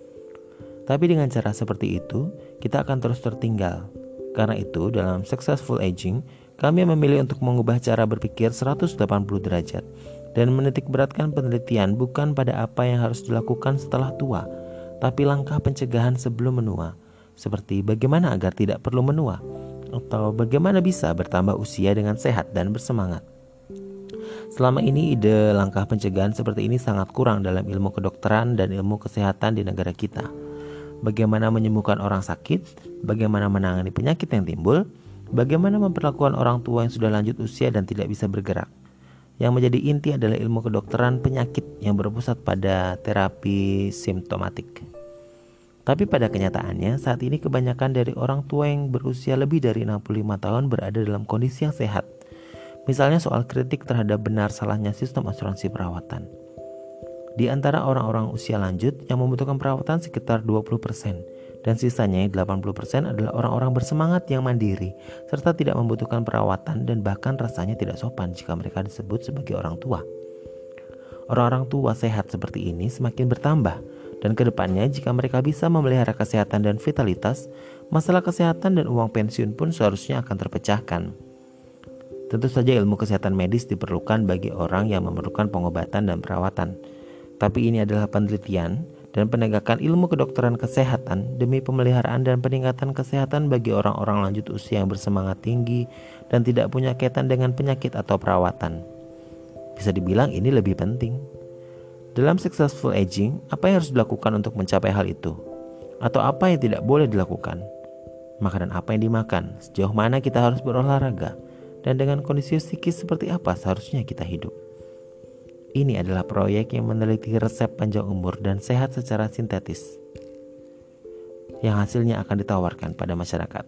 Tapi dengan cara seperti itu, kita akan terus tertinggal. Karena itu, dalam Successful Aging, kami memilih untuk mengubah cara berpikir 180 derajat dan menitik beratkan penelitian bukan pada apa yang harus dilakukan setelah tua, tapi langkah pencegahan sebelum menua, seperti bagaimana agar tidak perlu menua, atau bagaimana bisa bertambah usia dengan sehat dan bersemangat. Selama ini ide langkah pencegahan seperti ini sangat kurang dalam ilmu kedokteran dan ilmu kesehatan di negara kita. Bagaimana menyembuhkan orang sakit, bagaimana menangani penyakit yang timbul, bagaimana memperlakukan orang tua yang sudah lanjut usia dan tidak bisa bergerak. Yang menjadi inti adalah ilmu kedokteran penyakit yang berpusat pada terapi simptomatik. Tapi pada kenyataannya, saat ini kebanyakan dari orang tua yang berusia lebih dari 65 tahun berada dalam kondisi yang sehat. Misalnya soal kritik terhadap benar salahnya sistem asuransi perawatan. Di antara orang-orang usia lanjut yang membutuhkan perawatan sekitar 20%, dan sisanya 80% adalah orang-orang bersemangat yang mandiri, serta tidak membutuhkan perawatan dan bahkan rasanya tidak sopan jika mereka disebut sebagai orang tua. Orang-orang tua sehat seperti ini semakin bertambah, dan kedepannya jika mereka bisa memelihara kesehatan dan vitalitas, masalah kesehatan dan uang pensiun pun seharusnya akan terpecahkan. Tentu saja ilmu kesehatan medis diperlukan bagi orang yang memerlukan pengobatan dan perawatan. Tapi ini adalah penelitian dan penegakan ilmu kedokteran kesehatan demi pemeliharaan dan peningkatan kesehatan bagi orang-orang lanjut usia yang bersemangat tinggi dan tidak punya kaitan dengan penyakit atau perawatan. Bisa dibilang ini lebih penting. Dalam Successful Aging, apa yang harus dilakukan untuk mencapai hal itu? Atau apa yang tidak boleh dilakukan? Makanan apa yang dimakan? Sejauh mana kita harus berolahraga? Dan dengan kondisi psikis seperti apa seharusnya kita hidup? Ini adalah proyek yang meneliti resep panjang umur dan sehat secara sintetis, yang hasilnya akan ditawarkan pada masyarakat.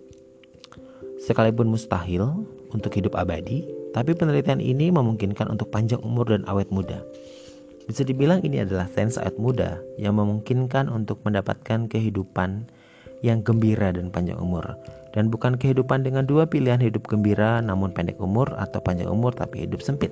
Sekalipun mustahil untuk hidup abadi, tapi penelitian ini memungkinkan untuk panjang umur dan awet muda. Bisa dibilang ini adalah sains awet muda yang memungkinkan untuk mendapatkan kehidupan yang gembira dan panjang umur, dan bukan kehidupan dengan dua pilihan hidup gembira namun pendek umur atau panjang umur tapi hidup sempit.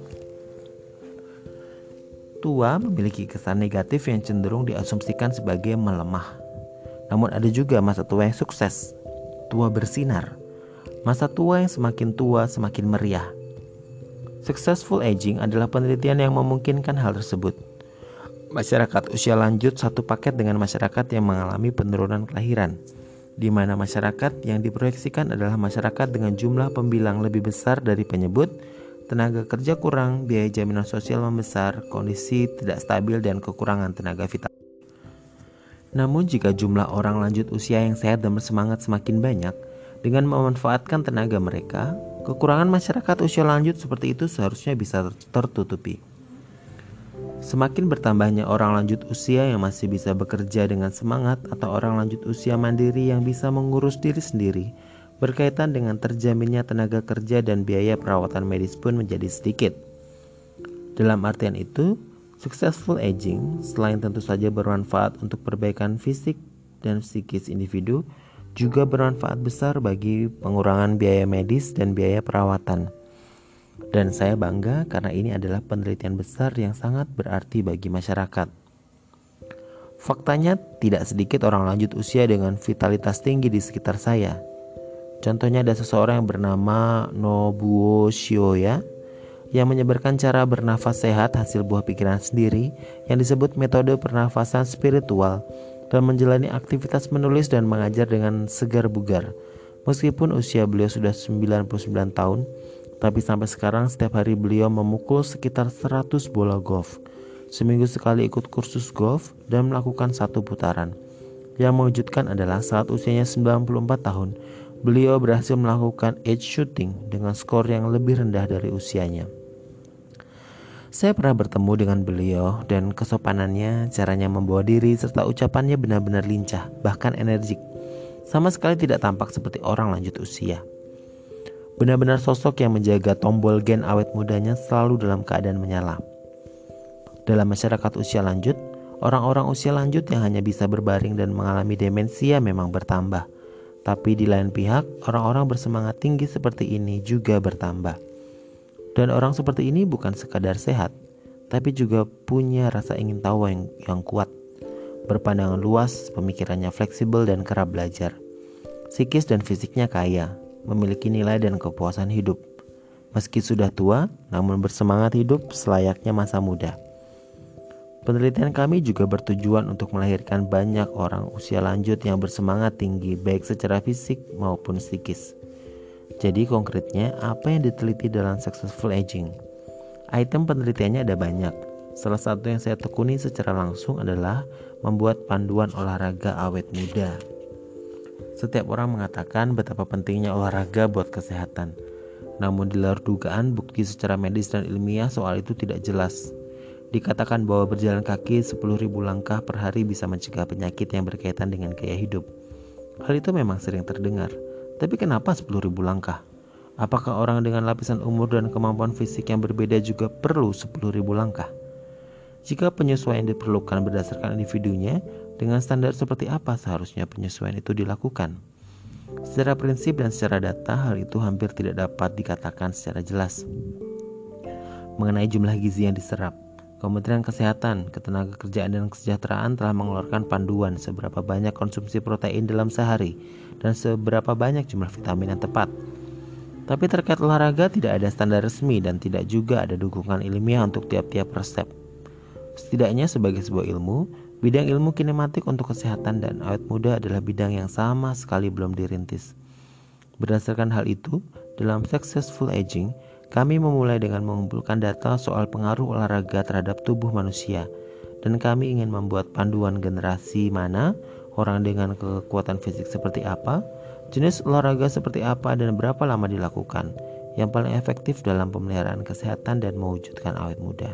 Tua memiliki kesan negatif yang cenderung diasumsikan sebagai melemah. Namun ada juga masa tua yang sukses, tua bersinar, masa tua yang semakin tua semakin meriah. Successful aging adalah penelitian yang memungkinkan hal tersebut. Masyarakat usia lanjut satu paket dengan masyarakat yang mengalami penurunan kelahiran, di mana masyarakat yang diproyeksikan adalah masyarakat dengan jumlah pembilang lebih besar dari penyebut, tenaga kerja kurang, biaya jaminan sosial membesar, kondisi tidak stabil, dan kekurangan tenaga vital. Namun jika jumlah orang lanjut usia yang sehat dan bersemangat semakin banyak, dengan memanfaatkan tenaga mereka, kekurangan masyarakat usia lanjut seperti itu seharusnya bisa tertutupi. Semakin bertambahnya orang lanjut usia yang masih bisa bekerja dengan semangat atau orang lanjut usia mandiri yang bisa mengurus diri sendiri, berkaitan dengan terjaminnya tenaga kerja dan biaya perawatan medis pun menjadi sedikit. Dalam artian itu, successful aging selain tentu saja bermanfaat untuk perbaikan fisik dan psikis individu, juga bermanfaat besar bagi pengurangan biaya medis dan biaya perawatan. Dan saya bangga karena ini adalah penelitian besar yang sangat berarti bagi masyarakat. Faktanya tidak sedikit orang lanjut usia dengan vitalitas tinggi di sekitar saya. Contohnya ada seseorang yang bernama Nobuo Shioya yang menyebarkan cara bernafas sehat hasil buah pikiran sendiri yang disebut metode pernafasan spiritual dan menjalani aktivitas menulis dan mengajar dengan segar bugar. Meskipun usia beliau sudah 99 tahun, tapi sampai sekarang setiap hari beliau memukul sekitar 100 bola golf. Seminggu sekali ikut kursus golf dan melakukan 1 putaran. Yang mengejutkan adalah saat usianya 94 tahun, beliau berhasil melakukan edge shooting dengan skor yang lebih rendah dari usianya. Saya pernah bertemu dengan beliau dan kesopanannya, caranya membawa diri, serta ucapannya benar-benar lincah, bahkan energik. Sama sekali tidak tampak seperti orang lanjut usia. Benar-benar sosok yang menjaga tombol gen awet mudanya selalu dalam keadaan menyala. Dalam masyarakat usia lanjut, orang-orang usia lanjut yang hanya bisa berbaring dan mengalami demensia memang bertambah. Tapi di lain pihak, orang-orang bersemangat tinggi seperti ini juga bertambah. Dan orang seperti ini bukan sekadar sehat, tapi juga punya rasa ingin tahu yang kuat, berpandangan luas, pemikirannya fleksibel dan kerap belajar. Psikis dan fisiknya kaya, memiliki nilai dan kepuasan hidup. Meski sudah tua, namun bersemangat hidup selayaknya masa muda. Penelitian kami juga bertujuan untuk melahirkan banyak orang usia lanjut yang bersemangat tinggi, baik secara fisik maupun psikis. Jadi konkretnya, apa yang diteliti dalam successful aging? Item penelitiannya ada banyak. Salah satu yang saya tekuni secara langsung adalah membuat panduan olahraga awet muda. Setiap orang mengatakan betapa pentingnya olahraga buat kesehatan. Namun di luar dugaan, bukti secara medis dan ilmiah soal itu tidak jelas. Dikatakan bahwa berjalan kaki 10.000 langkah per hari bisa mencegah penyakit yang berkaitan dengan gaya hidup. Hal itu memang sering terdengar. Tapi kenapa 10.000 langkah? Apakah orang dengan lapisan umur dan kemampuan fisik yang berbeda juga perlu 10.000 langkah? Jika penyesuaian diperlukan berdasarkan individunya, dengan standar seperti apa seharusnya penyesuaian itu dilakukan? Secara prinsip dan secara data, hal itu hampir tidak dapat dikatakan secara jelas. Mengenai jumlah gizi yang diserap, Kementerian Kesehatan, Ketenagakerjaan dan Kesejahteraan telah mengeluarkan panduan seberapa banyak konsumsi protein dalam sehari dan seberapa banyak jumlah vitamin yang tepat. Tapi terkait olahraga tidak ada standar resmi dan tidak juga ada dukungan ilmiah untuk tiap-tiap resep. Setidaknya sebagai sebuah ilmu, bidang ilmu kinematik untuk kesehatan dan awet muda adalah bidang yang sama sekali belum dirintis. Berdasarkan hal itu, dalam Successful Aging, kami memulai dengan mengumpulkan data soal pengaruh olahraga terhadap tubuh manusia, dan kami ingin membuat panduan generasi mana, orang dengan kekuatan fisik seperti apa, jenis olahraga seperti apa, dan berapa lama dilakukan, yang paling efektif dalam pemeliharaan kesehatan dan mewujudkan awet muda.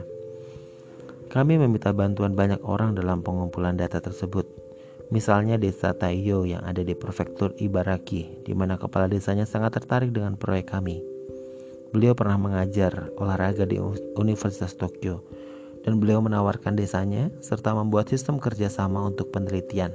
Kami meminta bantuan banyak orang dalam pengumpulan data tersebut. Misalnya desa Taiyo yang ada di prefektur Ibaraki, di mana kepala desanya sangat tertarik dengan proyek kami. Beliau pernah mengajar olahraga di Universitas Tokyo, dan beliau menawarkan desanya serta membuat sistem kerjasama untuk penelitian.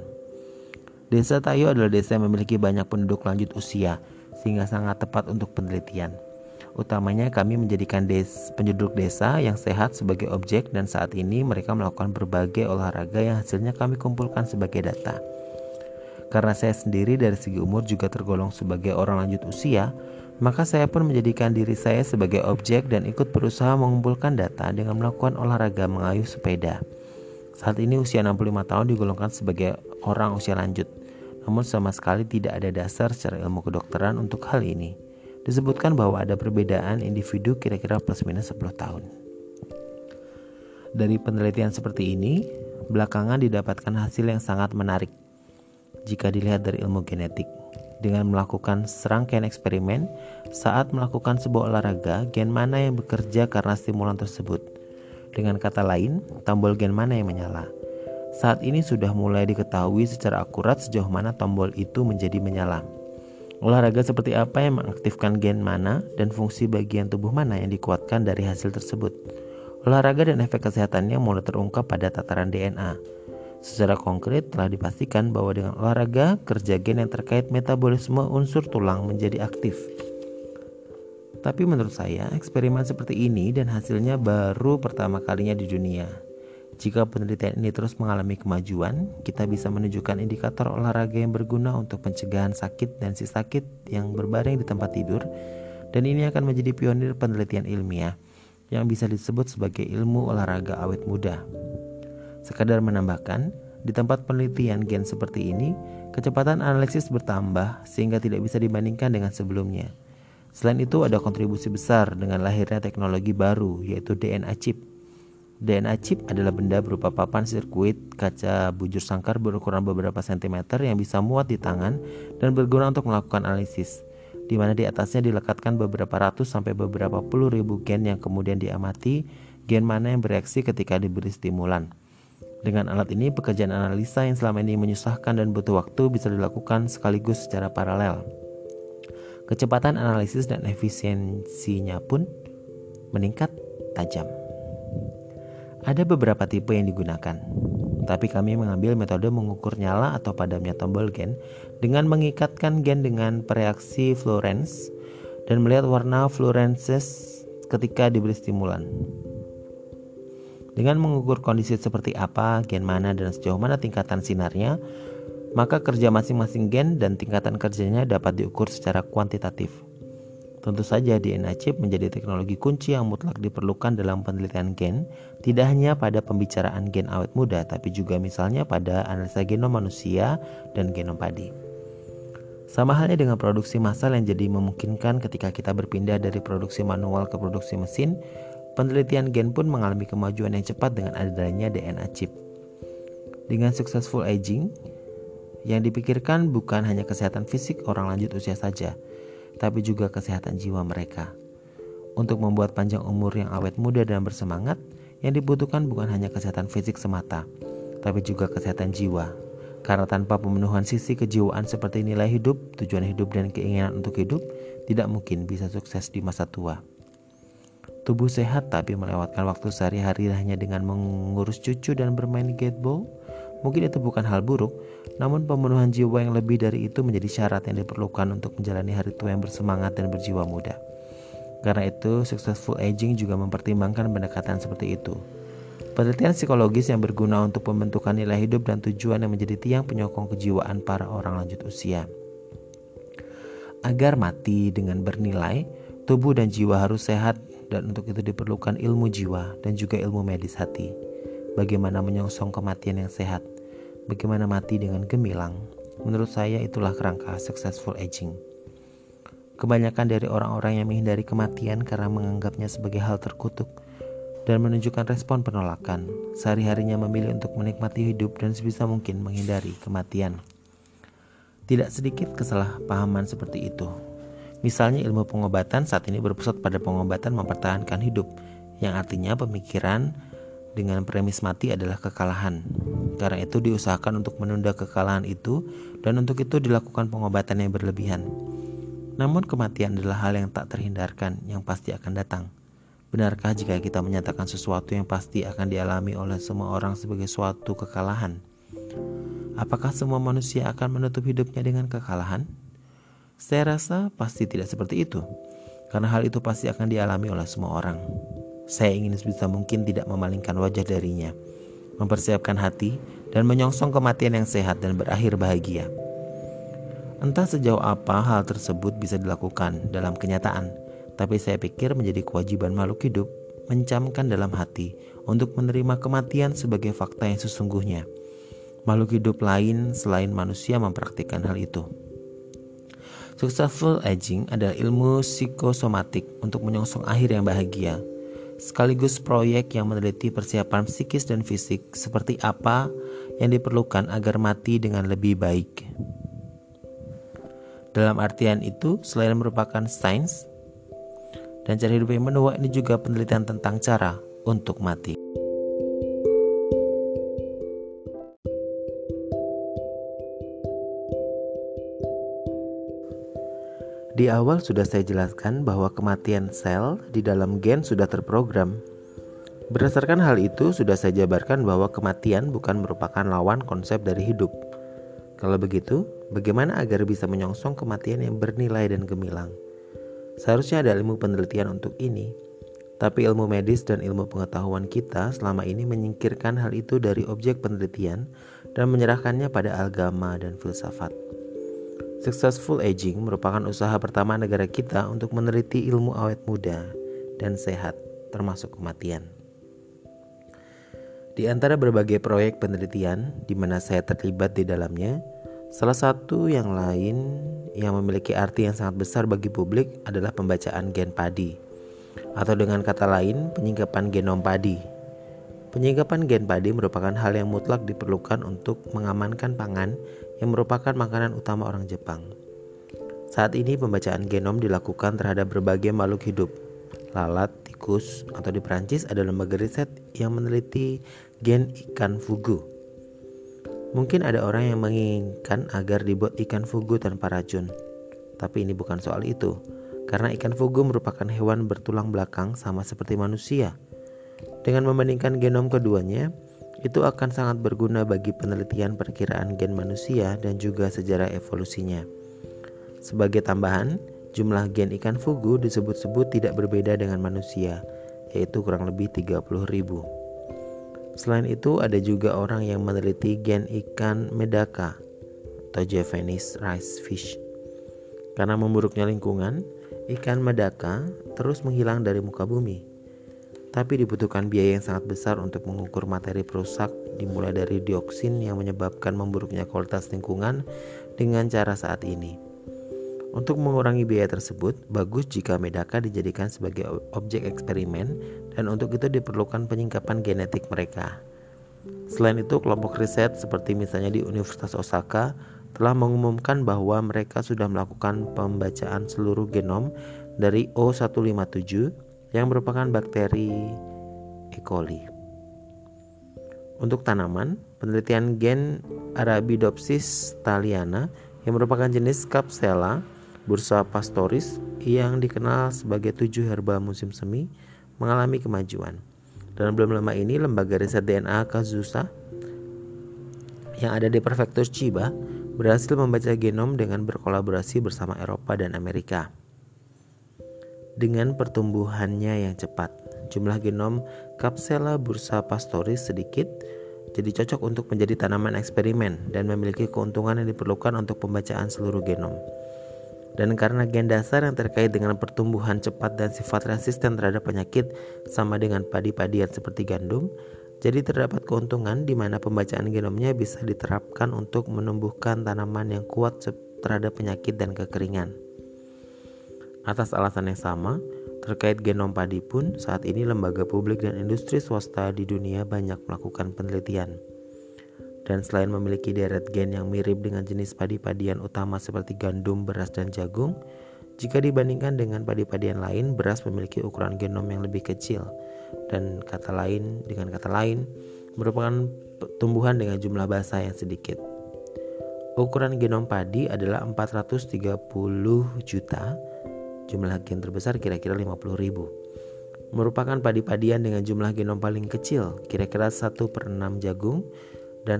Desa Taiyo adalah desa yang memiliki banyak penduduk lanjut usia, sehingga sangat tepat untuk penelitian. Utamanya kami menjadikan penduduk desa yang sehat sebagai objek, dan saat ini mereka melakukan berbagai olahraga yang hasilnya kami kumpulkan sebagai data. Karena saya sendiri dari segi umur juga tergolong sebagai orang lanjut usia, Maka saya pun menjadikan diri saya sebagai objek dan ikut berusaha mengumpulkan data dengan melakukan olahraga mengayuh sepeda. Saat ini usia 65 tahun digolongkan sebagai orang usia lanjut. Namun sama sekali tidak ada dasar secara ilmu kedokteran untuk hal ini. Disebutkan bahwa ada perbedaan individu kira-kira plus minus 10 tahun. Dari penelitian seperti ini, belakangan didapatkan hasil yang sangat menarik jika dilihat dari ilmu genetik. Dengan melakukan serangkaian eksperimen, saat melakukan sebuah olahraga, gen mana yang bekerja karena stimulan tersebut? Dengan kata lain, tombol gen mana yang menyala? Saat ini sudah mulai diketahui secara akurat sejauh mana tombol itu menjadi menyala. Olahraga seperti apa yang mengaktifkan gen mana dan fungsi bagian tubuh mana yang dikuatkan dari hasil tersebut. Olahraga dan efek kesehatannya mulai terungkap pada tataran DNA. Secara konkret telah dipastikan bahwa dengan olahraga, kerja gen yang terkait metabolisme unsur tulang menjadi aktif. Tapi menurut saya, eksperimen seperti ini dan hasilnya baru pertama kalinya di dunia. Jika penelitian ini terus mengalami kemajuan, kita bisa menunjukkan indikator olahraga yang berguna untuk pencegahan sakit dan si sakit yang berbaring di tempat tidur, dan ini akan menjadi pionir penelitian ilmiah yang bisa disebut sebagai ilmu olahraga awet muda. Sekadar menambahkan, di tempat penelitian gen seperti ini, kecepatan analisis bertambah sehingga tidak bisa dibandingkan dengan sebelumnya. Selain itu ada kontribusi besar dengan lahirnya teknologi baru yaitu DNA chip. DNA chip adalah benda berupa papan sirkuit kaca bujur sangkar berukuran beberapa sentimeter yang bisa muat di tangan dan berguna untuk melakukan analisis, di mana di atasnya dilekatkan beberapa ratus sampai beberapa puluh ribu gen yang kemudian diamati gen mana yang bereaksi ketika diberi stimulan. Dengan alat ini, pekerjaan analisa yang selama ini menyusahkan dan butuh waktu bisa dilakukan sekaligus secara paralel. Kecepatan analisis dan efisiensinya pun meningkat tajam. Ada beberapa tipe yang digunakan, tapi kami mengambil metode mengukur nyala atau padamnya tombol gen dengan mengikatkan gen dengan pereaksi fluorens dan melihat warna fluoresens ketika diberi stimulan. Dengan mengukur kondisi seperti apa, gen mana dan sejauh mana tingkatan sinarnya, maka kerja masing-masing gen dan tingkatan kerjanya dapat diukur secara kuantitatif. Tentu saja DNA chip menjadi teknologi kunci yang mutlak diperlukan dalam penelitian gen, tidak hanya pada pembicaraan gen awet muda, tapi juga misalnya pada analisa genom manusia dan genom padi. Sama halnya dengan produksi massal yang jadi memungkinkan ketika kita berpindah dari produksi manual ke produksi mesin, penelitian gen pun mengalami kemajuan yang cepat dengan adanya DNA chip. Dengan successful aging, yang dipikirkan bukan hanya kesehatan fisik orang lanjut usia saja, tapi juga kesehatan jiwa mereka. Untuk membuat panjang umur yang awet muda dan bersemangat, yang dibutuhkan bukan hanya kesehatan fisik semata, tapi juga kesehatan jiwa. Karena tanpa pemenuhan sisi kejiwaan seperti nilai hidup, tujuan hidup, dan keinginan untuk hidup, tidak mungkin bisa sukses di masa tua. Tubuh sehat tapi melewatkan waktu sehari-hari hanya dengan mengurus cucu dan bermain gateball, mungkin itu bukan hal buruk, namun pemenuhan jiwa yang lebih dari itu menjadi syarat yang diperlukan untuk menjalani hari tua yang bersemangat dan berjiwa muda. Karena itu, successful aging juga mempertimbangkan pendekatan seperti itu. Penelitian psikologis yang berguna untuk pembentukan nilai hidup dan tujuan yang menjadi tiang penyokong kejiwaan para orang lanjut usia. Agar mati dengan bernilai, tubuh dan jiwa harus sehat, dan untuk itu diperlukan ilmu jiwa dan juga ilmu medis hati. Bagaimana menyongsong kematian yang sehat, bagaimana mati dengan gemilang. Menurut saya itulah kerangka successful aging. Kebanyakan dari orang-orang yang menghindari kematian karena menganggapnya sebagai hal terkutuk dan menunjukkan respon penolakan, sehari-harinya memilih untuk menikmati hidup dan sebisa mungkin menghindari kematian. Tidak sedikit kesalahpahaman seperti itu. Misalnya ilmu pengobatan saat ini berpusat pada pengobatan mempertahankan hidup, yang artinya pemikiran dengan premis mati adalah kekalahan. Karena itu diusahakan untuk menunda kekalahan itu, dan untuk itu dilakukan pengobatan yang berlebihan. Namun kematian adalah hal yang tak terhindarkan, yang pasti akan datang. Benarkah jika kita menyatakan sesuatu yang pasti akan dialami oleh semua orang sebagai suatu kekalahan? Apakah semua manusia akan menutup hidupnya dengan kekalahan? Saya rasa pasti tidak seperti itu, karena hal itu pasti akan dialami oleh semua orang. Saya ingin sebisa mungkin tidak memalingkan wajah darinya, mempersiapkan hati, dan menyongsong kematian yang sehat dan berakhir bahagia. Entah sejauh apa hal tersebut bisa dilakukan dalam kenyataan, tapi saya pikir menjadi kewajiban makhluk hidup mencamkan dalam hati untuk menerima kematian sebagai fakta yang sesungguhnya. Makhluk hidup lain selain manusia mempraktikkan hal itu. Successful aging adalah ilmu psikosomatik untuk menyongsong akhir yang bahagia, sekaligus proyek yang meneliti persiapan psikis dan fisik seperti apa yang diperlukan agar mati dengan lebih baik. Dalam artian itu, selain merupakan sains dan cara hidup yang menua, ini juga penelitian tentang cara untuk mati. Di awal sudah saya jelaskan bahwa kematian sel di dalam gen sudah terprogram. Berdasarkan hal itu, sudah saya jabarkan bahwa kematian bukan merupakan lawan konsep dari hidup. Kalau begitu, bagaimana agar bisa menyongsong kematian yang bernilai dan gemilang? Seharusnya ada ilmu penelitian untuk ini, tapi ilmu medis dan ilmu pengetahuan kita selama ini menyingkirkan hal itu dari objek penelitian dan menyerahkannya pada agama dan filsafat. Successful aging merupakan usaha pertama negara kita untuk meneliti ilmu awet muda dan sehat, termasuk kematian. Di antara berbagai proyek penelitian di mana saya terlibat di dalamnya, salah satu yang lain yang memiliki arti yang sangat besar bagi publik adalah pembacaan gen padi, atau dengan kata lain, penyingkapan genom padi. Penyingkapan gen padi merupakan hal yang mutlak diperlukan untuk mengamankan pangan yang merupakan makanan utama orang Jepang. Saat ini pembacaan genom dilakukan terhadap berbagai makhluk hidup. Lalat, tikus, atau di Perancis ada lembaga riset yang meneliti gen ikan fugu. Mungkin ada orang yang menginginkan agar dibuat ikan fugu tanpa racun. Tapi ini bukan soal itu, karena ikan fugu merupakan hewan bertulang belakang sama seperti manusia. Dengan membandingkan genom keduanya, itu akan sangat berguna bagi penelitian perkiraan gen manusia dan juga sejarah evolusinya. Sebagai tambahan, jumlah gen ikan fugu disebut-sebut tidak berbeda dengan manusia, yaitu kurang lebih 30.000. Selain itu, ada juga orang yang meneliti gen ikan medaka atau Japanese rice fish. Karena memburuknya lingkungan, ikan medaka terus menghilang dari muka bumi. Tapi dibutuhkan biaya yang sangat besar untuk mengukur materi perusak, dimulai dari dioksin yang menyebabkan memburuknya kualitas lingkungan dengan cara saat ini. Untuk mengurangi biaya tersebut, bagus jika medaka dijadikan sebagai objek eksperimen, dan untuk itu diperlukan penyingkapan genetik mereka. Selain itu, kelompok riset seperti misalnya di Universitas Osaka telah mengumumkan bahwa mereka sudah melakukan pembacaan seluruh genom dari O157 yang merupakan bakteri E. coli. Untuk tanaman, penelitian gen Arabidopsis thaliana yang merupakan jenis Kapsela Bursa pastoris yang dikenal sebagai 7 herba musim semi mengalami kemajuan. Dan belum lama ini, lembaga riset DNA Kazusa yang ada di prefektur Chiba berhasil membaca genom dengan berkolaborasi bersama Eropa dan Amerika. Dengan pertumbuhannya yang cepat, jumlah genom Kapsela bursa pastoris sedikit, jadi cocok untuk menjadi tanaman eksperimen dan memiliki keuntungan yang diperlukan untuk pembacaan seluruh genom. Dan karena gen dasar yang terkait dengan pertumbuhan cepat dan sifat resisten terhadap penyakit sama dengan padi-padian seperti gandum, jadi terdapat keuntungan di mana pembacaan genomnya bisa diterapkan untuk menumbuhkan tanaman yang kuat terhadap penyakit dan kekeringan. Atas alasan yang sama, terkait genom padi pun, saat ini lembaga publik dan industri swasta di dunia banyak melakukan penelitian. Dan selain memiliki deret gen yang mirip dengan jenis padi-padian utama seperti gandum, beras, dan jagung, jika dibandingkan dengan padi-padian lain, beras memiliki ukuran genom yang lebih kecil. Dan dengan kata lain, merupakan tumbuhan dengan jumlah basa yang sedikit. Ukuran genom padi adalah 430 juta. Jumlah gen terbesar kira-kira 50.000. Merupakan padi-padian dengan jumlah genom paling kecil, kira-kira 1/6 jagung dan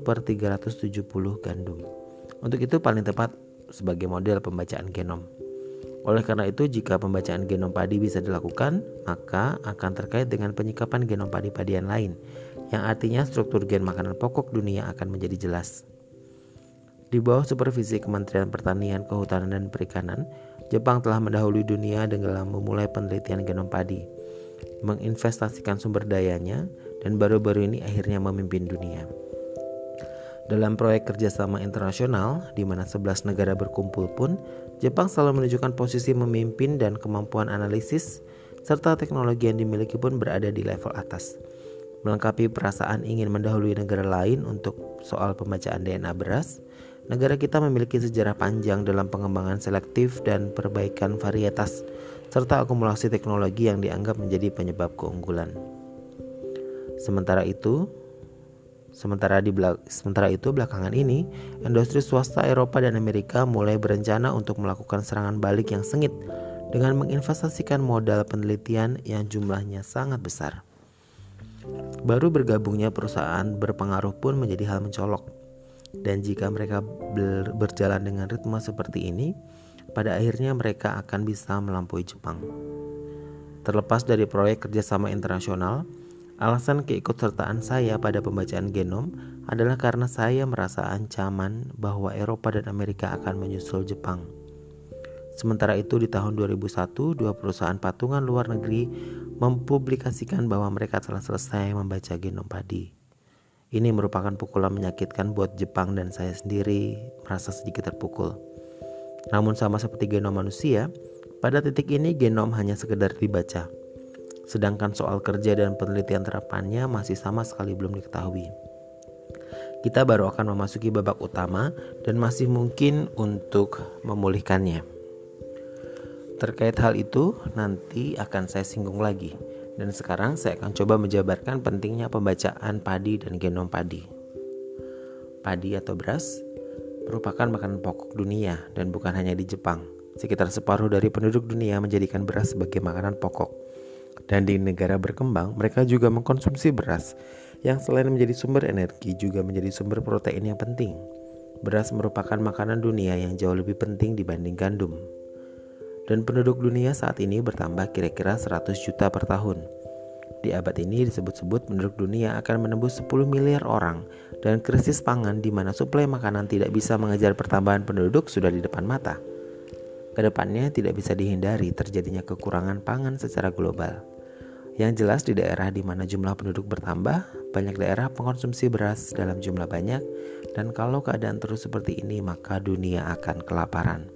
1/370 gandum. Untuk itu paling tepat sebagai model pembacaan genom. Oleh karena itu, jika pembacaan genom padi bisa dilakukan, maka akan terkait dengan penyikapan genom padi-padian lain, yang artinya struktur gen makanan pokok dunia akan menjadi jelas. Di bawah supervisi Kementerian Pertanian, Kehutanan, dan Perikanan, Jepang telah mendahului dunia dengan memulai penelitian genom padi, menginvestasikan sumber dayanya, dan baru-baru ini akhirnya memimpin dunia. Dalam proyek kerjasama internasional, di mana 11 negara berkumpul pun, Jepang selalu menunjukkan posisi memimpin dan kemampuan analisis, serta teknologi yang dimiliki pun berada di level atas. Melengkapi perasaan ingin mendahului negara lain untuk soal pembacaan DNA beras, negara kita memiliki sejarah panjang dalam pengembangan selektif dan perbaikan varietas, serta akumulasi teknologi yang dianggap menjadi penyebab keunggulan. Sementara itu belakangan ini, industri swasta Eropa dan Amerika mulai berencana untuk melakukan serangan balik yang sengit dengan menginvestasikan modal penelitian yang jumlahnya sangat besar. Baru bergabungnya perusahaan berpengaruh pun menjadi hal mencolok. Dan jika mereka berjalan dengan ritme seperti ini, pada akhirnya mereka akan bisa melampaui Jepang. Terlepas dari proyek kerjasama internasional, alasan keikutsertaan saya pada pembacaan genom adalah karena saya merasa ancaman bahwa Eropa dan Amerika akan menyusul Jepang. Sementara itu di tahun 2001, dua perusahaan patungan luar negeri mempublikasikan bahwa mereka telah selesai membaca genom padi. Ini merupakan pukulan menyakitkan buat Jepang dan saya sendiri merasa sedikit terpukul. Namun sama seperti genom manusia, pada titik ini genom hanya sekedar dibaca. Sedangkan soal kerja dan penelitian terapannya masih sama sekali belum diketahui. Kita baru akan memasuki babak utama dan masih mungkin untuk memulihkannya. Terkait hal itu nanti akan saya singgung lagi. Dan sekarang saya akan coba menjabarkan pentingnya pembacaan padi dan genom padi. Padi atau beras merupakan makanan pokok dunia dan bukan hanya di Jepang. Sekitar separuh dari penduduk dunia menjadikan beras sebagai makanan pokok. Dan di negara berkembang mereka juga mengkonsumsi beras yang selain menjadi sumber energi juga menjadi sumber protein yang penting. Beras merupakan makanan dunia yang jauh lebih penting dibanding gandum. Dan penduduk dunia saat ini bertambah kira-kira 100 juta per tahun. Di abad ini disebut-sebut penduduk dunia akan menembus 10 miliar orang dan krisis pangan di mana suplai makanan tidak bisa mengejar pertambahan penduduk sudah di depan mata. Kedepannya tidak bisa dihindari terjadinya kekurangan pangan secara global. Yang jelas di daerah di mana jumlah penduduk bertambah, banyak daerah mengkonsumsi beras dalam jumlah banyak dan kalau keadaan terus seperti ini maka dunia akan kelaparan.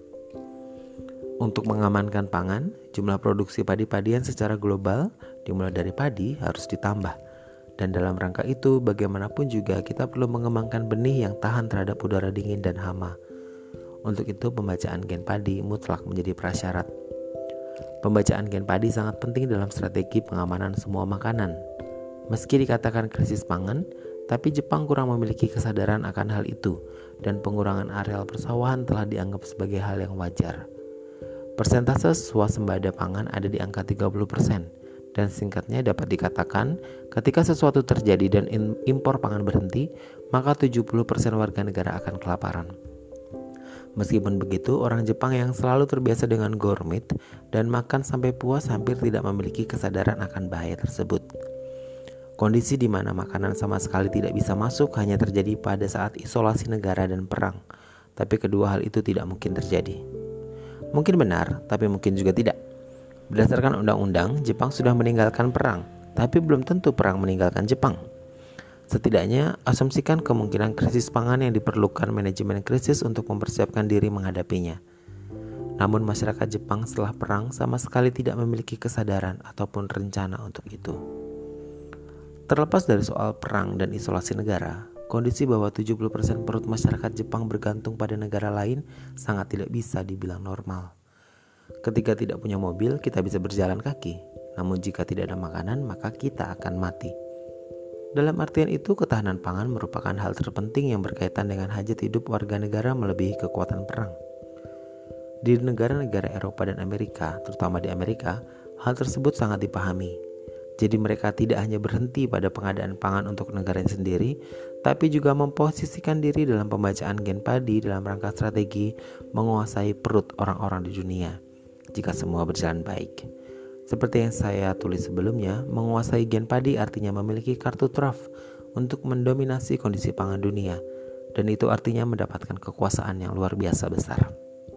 Untuk mengamankan pangan, jumlah produksi padi-padian secara global dimulai dari padi harus ditambah. Dan dalam rangka itu, bagaimanapun juga kita perlu mengembangkan benih yang tahan terhadap udara dingin dan hama. Untuk itu, pembacaan gen padi mutlak menjadi prasyarat. Pembacaan gen padi sangat penting dalam strategi pengamanan semua makanan. Meski dikatakan krisis pangan, tapi Jepang kurang memiliki kesadaran akan hal itu, dan pengurangan areal persawahan telah dianggap sebagai hal yang wajar. Persentase swasembada pangan ada di angka 30%, dan singkatnya dapat dikatakan ketika sesuatu terjadi dan impor pangan berhenti, maka 70% warga negara akan kelaparan. Meskipun begitu, orang Jepang yang selalu terbiasa dengan gourmet dan makan sampai puas hampir tidak memiliki kesadaran akan bahaya tersebut. Kondisi di mana makanan sama sekali tidak bisa masuk hanya terjadi pada saat isolasi negara dan perang, tapi kedua hal itu tidak mungkin terjadi. Mungkin benar, tapi mungkin juga tidak. Berdasarkan undang-undang, Jepang sudah meninggalkan perang, tapi belum tentu perang meninggalkan Jepang. Setidaknya, asumsikan kemungkinan krisis pangan yang diperlukan manajemen krisis untuk mempersiapkan diri menghadapinya. Namun masyarakat Jepang setelah perang sama sekali tidak memiliki kesadaran ataupun rencana untuk itu. Terlepas dari soal perang dan isolasi negara, kondisi bahwa 70% perut masyarakat Jepang bergantung pada negara lain sangat tidak bisa dibilang normal. Ketika tidak punya mobil, kita bisa berjalan kaki. Namun jika tidak ada makanan, maka kita akan mati. Dalam artian itu, ketahanan pangan merupakan hal terpenting yang berkaitan dengan hajat hidup warga negara melebihi kekuatan perang. Di negara-negara Eropa dan Amerika, terutama di Amerika, hal tersebut sangat dipahami. Jadi mereka tidak hanya berhenti pada pengadaan pangan untuk negaranya sendiri, tapi juga memposisikan diri dalam pembacaan gen padi dalam rangka strategi menguasai perut orang-orang di dunia, jika semua berjalan baik. Seperti yang saya tulis sebelumnya, menguasai gen padi artinya memiliki kartu truf untuk mendominasi kondisi pangan dunia. dan itu artinya mendapatkan kekuasaan yang luar biasa besar.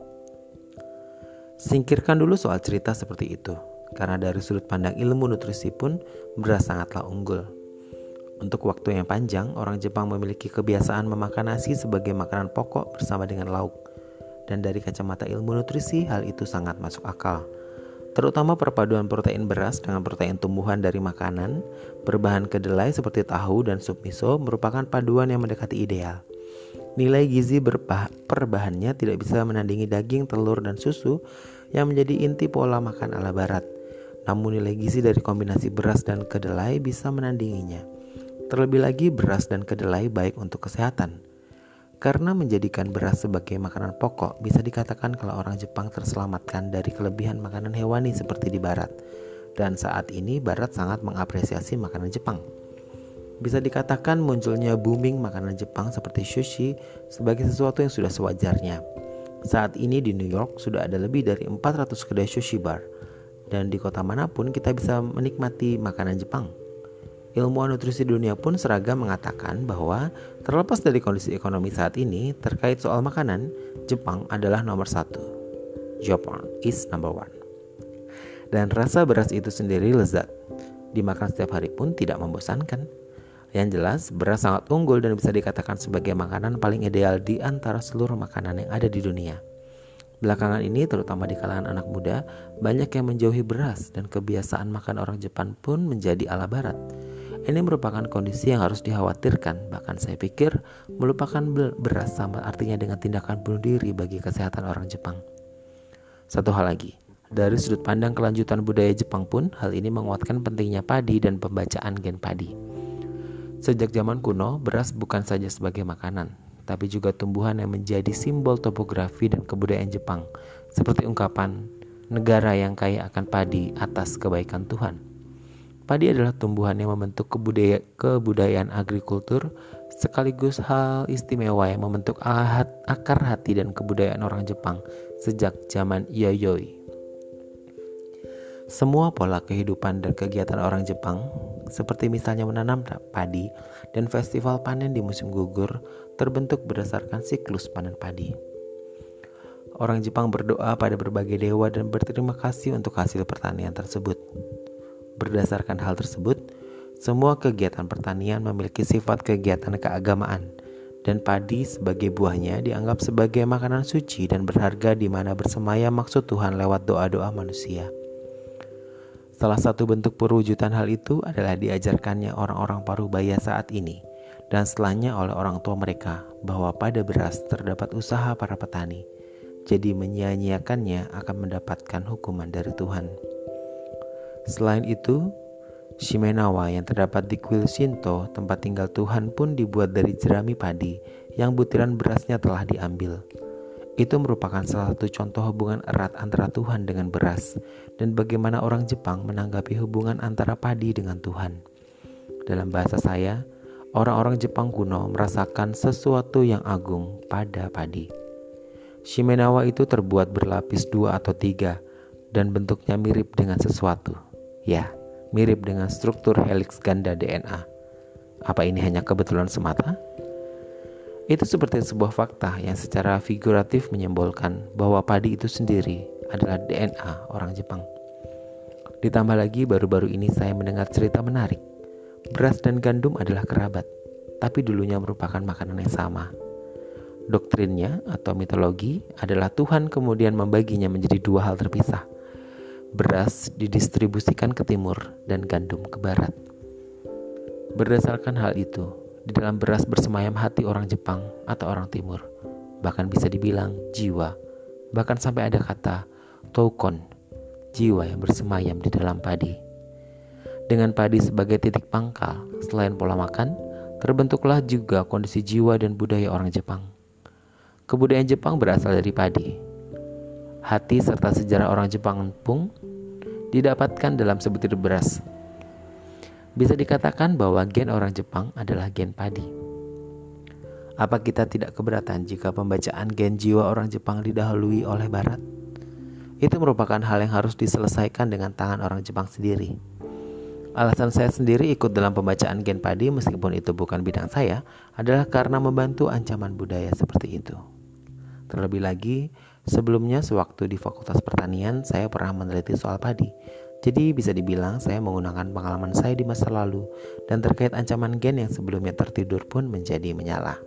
Singkirkan dulu soal cerita seperti itu, karena dari sudut pandang ilmu nutrisi pun beras sangatlah unggul. Untuk waktu yang panjang, orang Jepang memiliki kebiasaan memakan nasi sebagai makanan pokok bersama dengan lauk. Dan dari kacamata ilmu nutrisi, hal itu sangat masuk akal. Terutama perpaduan protein beras dengan protein tumbuhan dari makanan berbahan kedelai seperti tahu dan sup miso merupakan paduan yang mendekati ideal. Nilai gizi per bahannya tidak bisa menandingi daging, telur, dan susu yang menjadi inti pola makan ala barat. Namun nilai gizi dari kombinasi beras dan kedelai bisa menandinginya. Terlebih lagi beras dan kedelai baik untuk kesehatan. Karena menjadikan beras sebagai makanan pokok, bisa dikatakan kalau orang Jepang terselamatkan dari kelebihan makanan hewani seperti di barat. Dan saat ini barat sangat mengapresiasi makanan Jepang. Bisa dikatakan munculnya booming makanan Jepang seperti sushi sebagai sesuatu yang sudah sewajarnya. Saat ini di New York sudah ada lebih dari 400 kedai sushi bar. Dan di kota manapun kita bisa menikmati makanan Jepang. Ilmuwan nutrisi dunia pun seragam mengatakan bahwa terlepas dari kondisi ekonomi saat ini, terkait soal makanan, Jepang adalah nomor 1. Japan is number 1. Dan rasa beras itu sendiri lezat. Dimakan setiap hari pun tidak membosankan. Yang jelas, beras sangat unggul dan bisa dikatakan sebagai makanan paling ideal di antara seluruh makanan yang ada di dunia. Belakangan ini, terutama di kalangan anak muda, banyak yang menjauhi beras dan kebiasaan makan orang Jepang pun menjadi ala barat. Ini merupakan kondisi yang harus dikhawatirkan, bahkan saya pikir melupakan beras sama artinya dengan tindakan bunuh diri bagi kesehatan orang Jepang. Satu hal lagi, dari sudut pandang kelanjutan budaya Jepang pun, hal ini menguatkan pentingnya padi dan pembacaan gen padi. Sejak zaman kuno, beras bukan saja sebagai makanan, tapi juga tumbuhan yang menjadi simbol topografi dan kebudayaan Jepang, seperti ungkapan negara yang kaya akan padi atas kebaikan Tuhan. Padi adalah tumbuhan yang membentuk kebudayaan agrikultur, sekaligus hal istimewa yang membentuk akar hati dan kebudayaan orang Jepang sejak zaman Yayoi. Semua pola kehidupan dan kegiatan orang Jepang, seperti misalnya menanam padi dan festival panen di musim gugur, terbentuk berdasarkan siklus panen padi. Orang Jepang berdoa pada berbagai dewa dan berterima kasih untuk hasil pertanian tersebut. Berdasarkan hal tersebut, semua kegiatan pertanian memiliki sifat kegiatan keagamaan, dan padi sebagai buahnya dianggap sebagai makanan suci dan berharga di mana bersemayam maksud Tuhan lewat doa-doa manusia. Salah satu bentuk perwujudan hal itu adalah diajarkannya orang-orang Parubaya saat ini, dan setelahnya oleh orang tua mereka, bahwa pada beras terdapat usaha para petani, jadi menyia-nyiakannya akan mendapatkan hukuman dari Tuhan. Selain itu, Shimenawa yang terdapat di kuil Shinto, tempat tinggal Tuhan pun dibuat dari jerami padi yang butiran berasnya telah diambil. Itu merupakan salah satu contoh hubungan erat antara Tuhan dengan beras dan bagaimana orang Jepang menanggapi hubungan antara padi dengan Tuhan. Dalam bahasa saya, orang-orang Jepang kuno merasakan sesuatu yang agung pada padi. Shimenawa itu terbuat berlapis 2 atau 3 dan bentuknya mirip dengan sesuatu. Ya, mirip dengan struktur heliks ganda DNA. Apa ini hanya kebetulan semata? Itu seperti sebuah fakta yang secara figuratif menyimbolkan bahwa padi itu sendiri adalah DNA orang Jepang. Ditambah lagi baru-baru ini saya mendengar cerita menarik. Beras dan gandum adalah kerabat, tapi dulunya merupakan makanan yang sama. Doktrinnya atau mitologi adalah Tuhan kemudian membaginya menjadi 2 hal terpisah. Beras didistribusikan ke timur dan gandum ke barat. Berdasarkan hal itu, di dalam beras bersemayam hati orang Jepang atau orang timur, bahkan bisa dibilang jiwa, bahkan sampai ada kata toukon, jiwa yang bersemayam di dalam padi. Dengan padi sebagai titik pangkal, selain pola makan, terbentuklah juga kondisi jiwa dan budaya orang Jepang. Kebudayaan Jepang berasal dari padi. Hati serta sejarah orang Jepang pun didapatkan dalam sebutir beras. Bisa dikatakan bahwa gen orang Jepang adalah gen padi. Apa kita tidak keberatan jika pembacaan gen jiwa orang Jepang didahului oleh Barat? Itu merupakan hal yang harus diselesaikan dengan tangan orang Jepang sendiri. Alasan saya sendiri ikut dalam pembacaan gen padi meskipun itu bukan bidang saya adalah karena membantu ancaman budaya seperti itu. Terlebih lagi, sebelumnya sewaktu di Fakultas Pertanian saya pernah meneliti soal padi. Jadi bisa dibilang saya menggunakan pengalaman saya di masa lalu dan terkait ancaman gen yang sebelumnya tertidur pun menjadi menyala.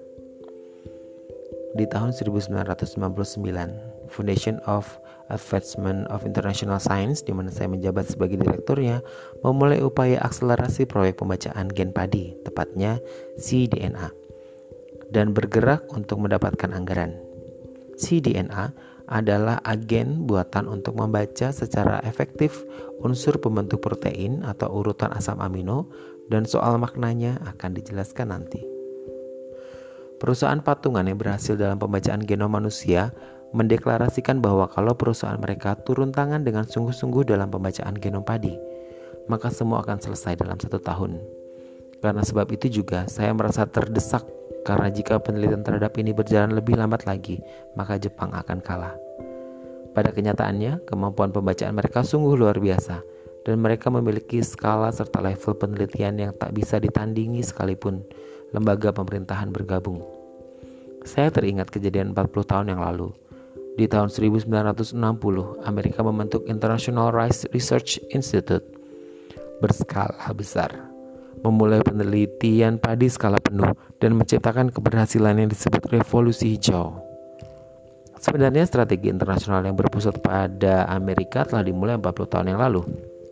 Di tahun 1999, Foundation of Advancement of International Science, di mana saya menjabat sebagai direkturnya, memulai upaya akselerasi proyek pembacaan gen padi, tepatnya cDNA, dan bergerak untuk mendapatkan anggaran. cDNA adalah agen buatan untuk membaca secara efektif unsur pembentuk protein atau urutan asam amino, dan soal maknanya akan dijelaskan nanti. Perusahaan patungan yang berhasil dalam pembacaan genom manusia mendeklarasikan bahwa kalau perusahaan mereka turun tangan dengan sungguh-sungguh dalam pembacaan genom padi, maka semua akan selesai dalam 1 tahun. Karena sebab itu juga saya merasa terdesak, karena jika penelitian terhadap ini berjalan lebih lambat lagi, maka Jepang akan kalah. Pada kenyataannya, kemampuan pembacaan mereka sungguh luar biasa, dan mereka memiliki skala serta level penelitian yang tak bisa ditandingi sekalipun lembaga pemerintahan bergabung. Saya teringat kejadian 40 tahun yang lalu. Di tahun 1960, Amerika membentuk International Rice Research Institute berskala besar, memulai penelitian padi skala penuh, dan menciptakan keberhasilan yang disebut revolusi hijau. Sebenarnya strategi internasional yang berpusat pada Amerika telah dimulai 40 tahun yang lalu.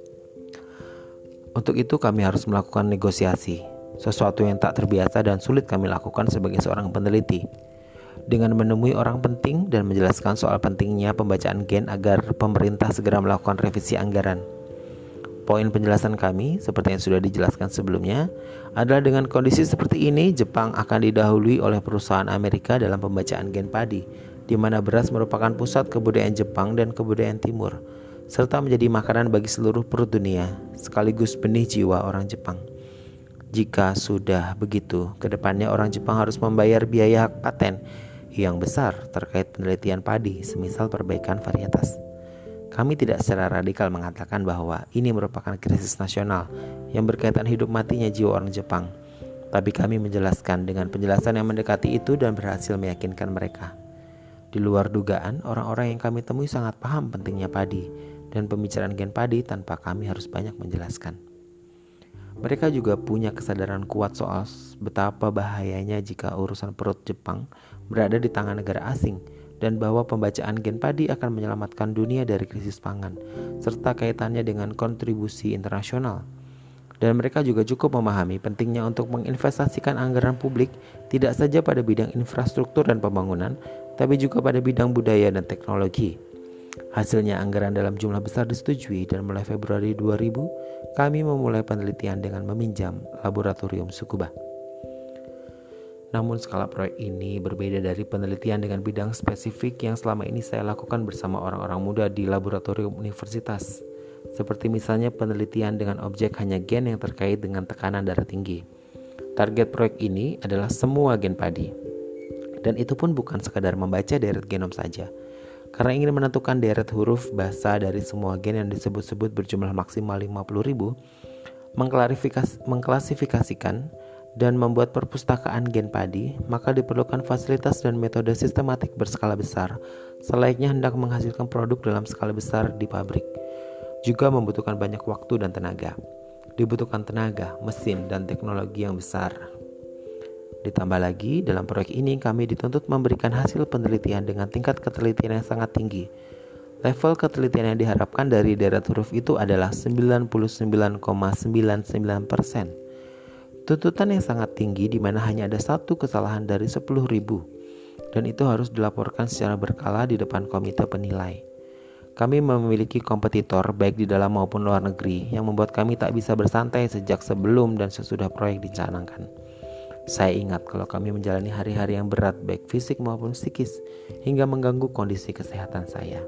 Untuk itu kami harus melakukan negosiasi, sesuatu yang tak terbiasa dan sulit kami lakukan sebagai seorang peneliti. Dengan menemui orang penting dan menjelaskan soal pentingnya pembacaan gen agar pemerintah segera melakukan revisi anggaran. Poin penjelasan kami, seperti yang sudah dijelaskan sebelumnya, adalah dengan kondisi seperti ini, Jepang akan didahului oleh perusahaan Amerika dalam pembacaan gen padi, di mana beras merupakan pusat kebudayaan Jepang dan kebudayaan Timur, serta menjadi makanan bagi seluruh perut dunia, sekaligus benih jiwa orang Jepang. Jika sudah begitu, kedepannya orang Jepang harus membayar biaya hak paten yang besar terkait penelitian padi, semisal perbaikan varietas. Kami tidak secara radikal mengatakan bahwa ini merupakan krisis nasional yang berkaitan hidup matinya jiwa orang Jepang, tapi kami menjelaskan dengan penjelasan yang mendekati itu dan berhasil meyakinkan mereka. Di luar dugaan, orang-orang yang kami temui sangat paham pentingnya padi dan pembicaraan gen padi tanpa kami harus banyak menjelaskan. Mereka juga punya kesadaran kuat soal betapa bahayanya jika urusan perut Jepang berada di tangan negara asing, dan bahwa pembacaan gen padi akan menyelamatkan dunia dari krisis pangan, serta kaitannya dengan kontribusi internasional. Dan mereka juga cukup memahami pentingnya untuk menginvestasikan anggaran publik tidak saja pada bidang infrastruktur dan pembangunan, tapi juga pada bidang budaya dan teknologi. Hasilnya anggaran dalam jumlah besar disetujui, dan mulai Februari 2000 kami memulai penelitian dengan meminjam laboratorium Tsukuba. Namun skala proyek ini berbeda dari penelitian dengan bidang spesifik yang selama ini saya lakukan bersama orang-orang muda di laboratorium universitas, seperti misalnya penelitian dengan objek hanya gen yang terkait dengan tekanan darah tinggi. Target proyek ini adalah semua gen padi, dan itu pun bukan sekadar membaca deret genom saja, karena ingin menentukan deret huruf bahasa dari semua gen yang disebut-sebut berjumlah maksimal 50.000, mengklasifikasikan dan membuat perpustakaan gen padi, maka diperlukan fasilitas dan metode sistematik berskala besar, selayaknya hendak menghasilkan produk dalam skala besar di pabrik. Juga membutuhkan banyak waktu dan tenaga. Dibutuhkan tenaga, mesin, dan teknologi yang besar. Ditambah lagi, dalam proyek ini kami dituntut memberikan hasil penelitian dengan tingkat ketelitian yang sangat tinggi. Level ketelitian yang diharapkan dari deret huruf itu adalah 99,99%. Tuntutan yang sangat tinggi di mana hanya ada satu kesalahan dari 10.000, dan itu harus dilaporkan secara berkala di depan komite penilai. Kami memiliki kompetitor baik di dalam maupun luar negeri yang membuat kami tak bisa bersantai sejak sebelum dan sesudah proyek dicanangkan. Saya ingat kalau kami menjalani hari-hari yang berat baik fisik maupun psikis hingga mengganggu kondisi kesehatan saya.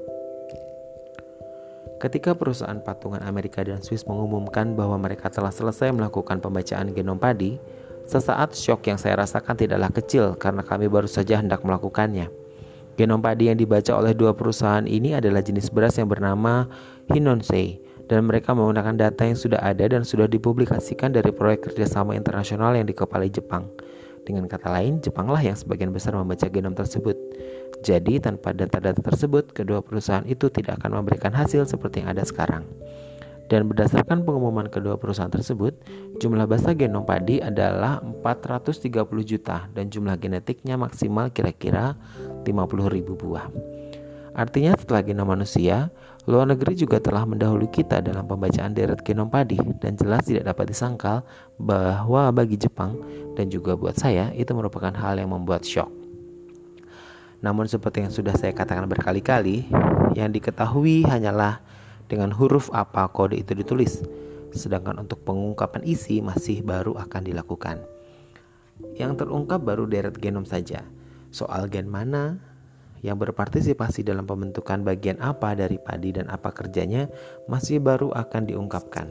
Ketika perusahaan patungan Amerika dan Swiss mengumumkan bahwa mereka telah selesai melakukan pembacaan genom padi, sesaat syok yang saya rasakan tidaklah kecil karena kami baru saja hendak melakukannya. Genom padi yang dibaca oleh dua perusahaan ini adalah jenis beras yang bernama Hinonsei dan mereka menggunakan data yang sudah ada dan sudah dipublikasikan dari proyek kerjasama internasional yang dikepalai Jepang. Dengan kata lain, Jepanglah yang sebagian besar membaca genom tersebut. Jadi, tanpa data-data tersebut, kedua perusahaan itu tidak akan memberikan hasil seperti yang ada sekarang. Dan berdasarkan pengumuman kedua perusahaan tersebut, jumlah basa genom padi adalah 430 juta dan jumlah genetiknya maksimal kira-kira 50.000 buah. Artinya setelah genom manusia, luar negeri juga telah mendahului kita dalam pembacaan deret genom padi, dan jelas tidak dapat disangkal bahwa bagi Jepang dan juga buat saya itu merupakan hal yang membuat syok. Namun seperti yang sudah saya katakan berkali-kali, yang diketahui hanyalah dengan huruf apa kode itu ditulis, sedangkan untuk pengungkapan isi masih baru akan dilakukan. Yang terungkap baru deret genom saja. Soal gen mana yang berpartisipasi dalam pembentukan bagian apa dari padi dan apa kerjanya masih baru akan diungkapkan.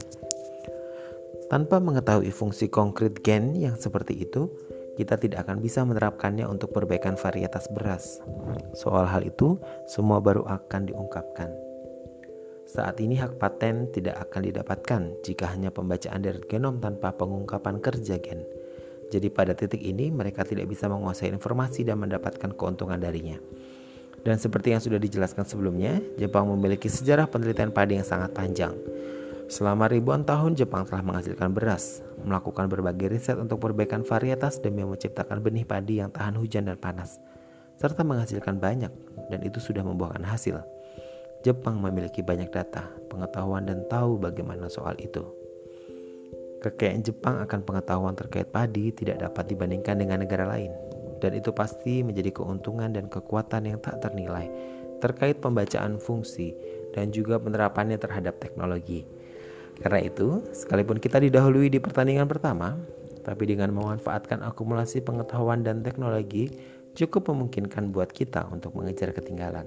Tanpa mengetahui fungsi konkret gen yang seperti itu, kita tidak akan bisa menerapkannya untuk perbaikan varietas beras. Soal hal itu, semua baru akan diungkapkan. Saat ini hak paten tidak akan didapatkan jika hanya pembacaan deret genom tanpa pengungkapan kerja gen. Jadi pada titik ini mereka tidak bisa menguasai informasi dan mendapatkan keuntungan darinya. Dan seperti yang sudah dijelaskan sebelumnya, Jepang memiliki sejarah penelitian padi yang sangat panjang. Selama ribuan tahun Jepang telah menghasilkan beras, melakukan berbagai riset untuk perbaikan varietas demi menciptakan benih padi yang tahan hujan dan panas, serta menghasilkan banyak, dan itu sudah membuahkan hasil. Jepang memiliki banyak data, pengetahuan, dan tahu bagaimana soal itu. Kekayaan Jepang akan pengetahuan terkait padi tidak dapat dibandingkan dengan negara lain, dan itu pasti menjadi keuntungan dan kekuatan yang tak ternilai terkait pembacaan fungsi dan juga penerapannya terhadap teknologi. Karena itu, sekalipun kita didahului di pertandingan pertama, tapi dengan memanfaatkan akumulasi pengetahuan dan teknologi cukup memungkinkan buat kita untuk mengejar ketinggalan.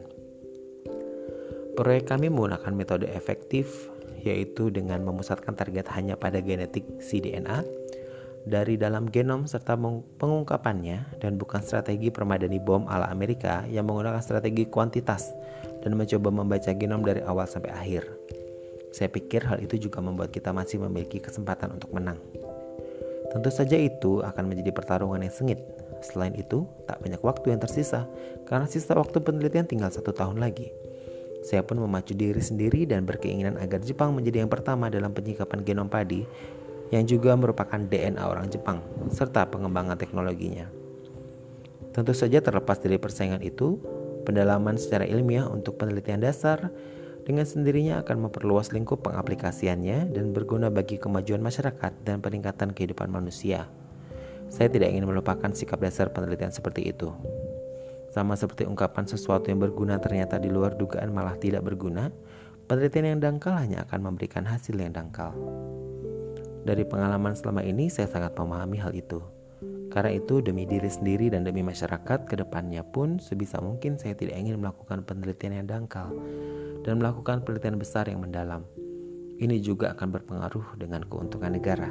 Proyek kami menggunakan metode efektif, yaitu dengan memusatkan target hanya pada genetik cDNA dari dalam genom serta pengungkapannya, dan bukan strategi permadani bom ala Amerika yang menggunakan strategi kuantitas dan mencoba membaca genom dari awal sampai akhir. Saya pikir hal itu juga membuat kita masih memiliki kesempatan untuk menang. Tentu saja itu akan menjadi pertarungan yang sengit. Selain itu, tak banyak waktu yang tersisa karena sisa waktu penelitian tinggal 1 tahun lagi. Saya pun memacu diri sendiri dan berkeinginan agar Jepang menjadi yang pertama dalam penyikapan genom padi yang juga merupakan DNA orang Jepang, serta pengembangan teknologinya. Tentu saja terlepas dari persaingan itu, pendalaman secara ilmiah untuk penelitian dasar dengan sendirinya akan memperluas lingkup pengaplikasiannya dan berguna bagi kemajuan masyarakat dan peningkatan kehidupan manusia. Saya tidak ingin melupakan sikap dasar penelitian seperti itu. Sama seperti ungkapan sesuatu yang berguna ternyata di luar dugaan malah tidak berguna, penelitian yang dangkal hanya akan memberikan hasil yang dangkal. Dari pengalaman selama ini saya sangat memahami hal itu. Karena itu demi diri sendiri dan demi masyarakat ke depannya pun sebisa mungkin saya tidak ingin melakukan penelitian yang dangkal dan melakukan penelitian besar yang mendalam. Ini juga akan berpengaruh dengan keuntungan negara.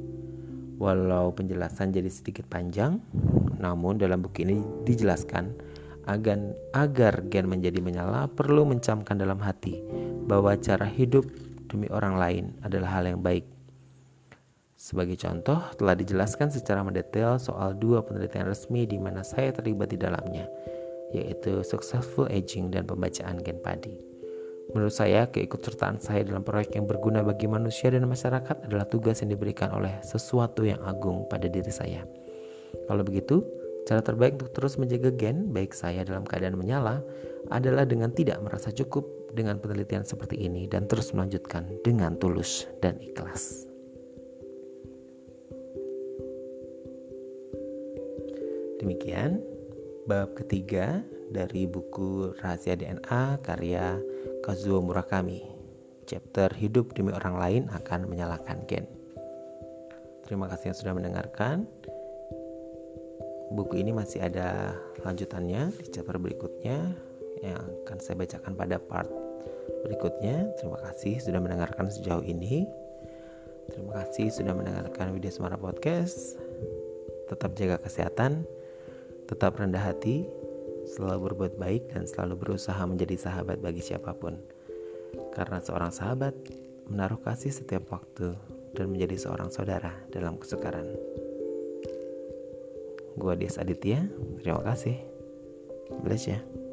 Walau penjelasan jadi sedikit panjang, namun dalam buku ini dijelaskan agar gen menjadi menyala perlu mencamkan dalam hati bahwa cara hidup demi orang lain adalah hal yang baik. Sebagai contoh, telah dijelaskan secara mendetail soal 2 penelitian resmi di mana saya terlibat di dalamnya, yaitu successful aging dan pembacaan gen padi. Menurut saya, keikutsertaan saya dalam proyek yang berguna bagi manusia dan masyarakat adalah tugas yang diberikan oleh sesuatu yang agung pada diri saya. Kalau begitu, cara terbaik untuk terus menjaga gen baik saya dalam keadaan menyala adalah dengan tidak merasa cukup dengan penelitian seperti ini dan terus melanjutkan dengan tulus dan ikhlas. Demikian bab ketiga dari buku Rahasia DNA karya Kazuo Murakami, chapter Hidup Demi Orang Lain Akan Menyalakan Gen. Terima kasih yang sudah mendengarkan. Buku ini masih ada lanjutannya di chapter berikutnya yang akan saya bacakan pada part berikutnya. Terima kasih sudah mendengarkan sejauh ini. Terima kasih sudah mendengarkan Widya Semara Podcast. Tetap jaga kesehatan, tetap rendah hati, selalu berbuat baik, dan selalu berusaha menjadi sahabat bagi siapapun. Karena seorang sahabat menaruh kasih setiap waktu, dan menjadi seorang saudara dalam kesukaran. Gua Dias Aditya, terima kasih. Bless ya.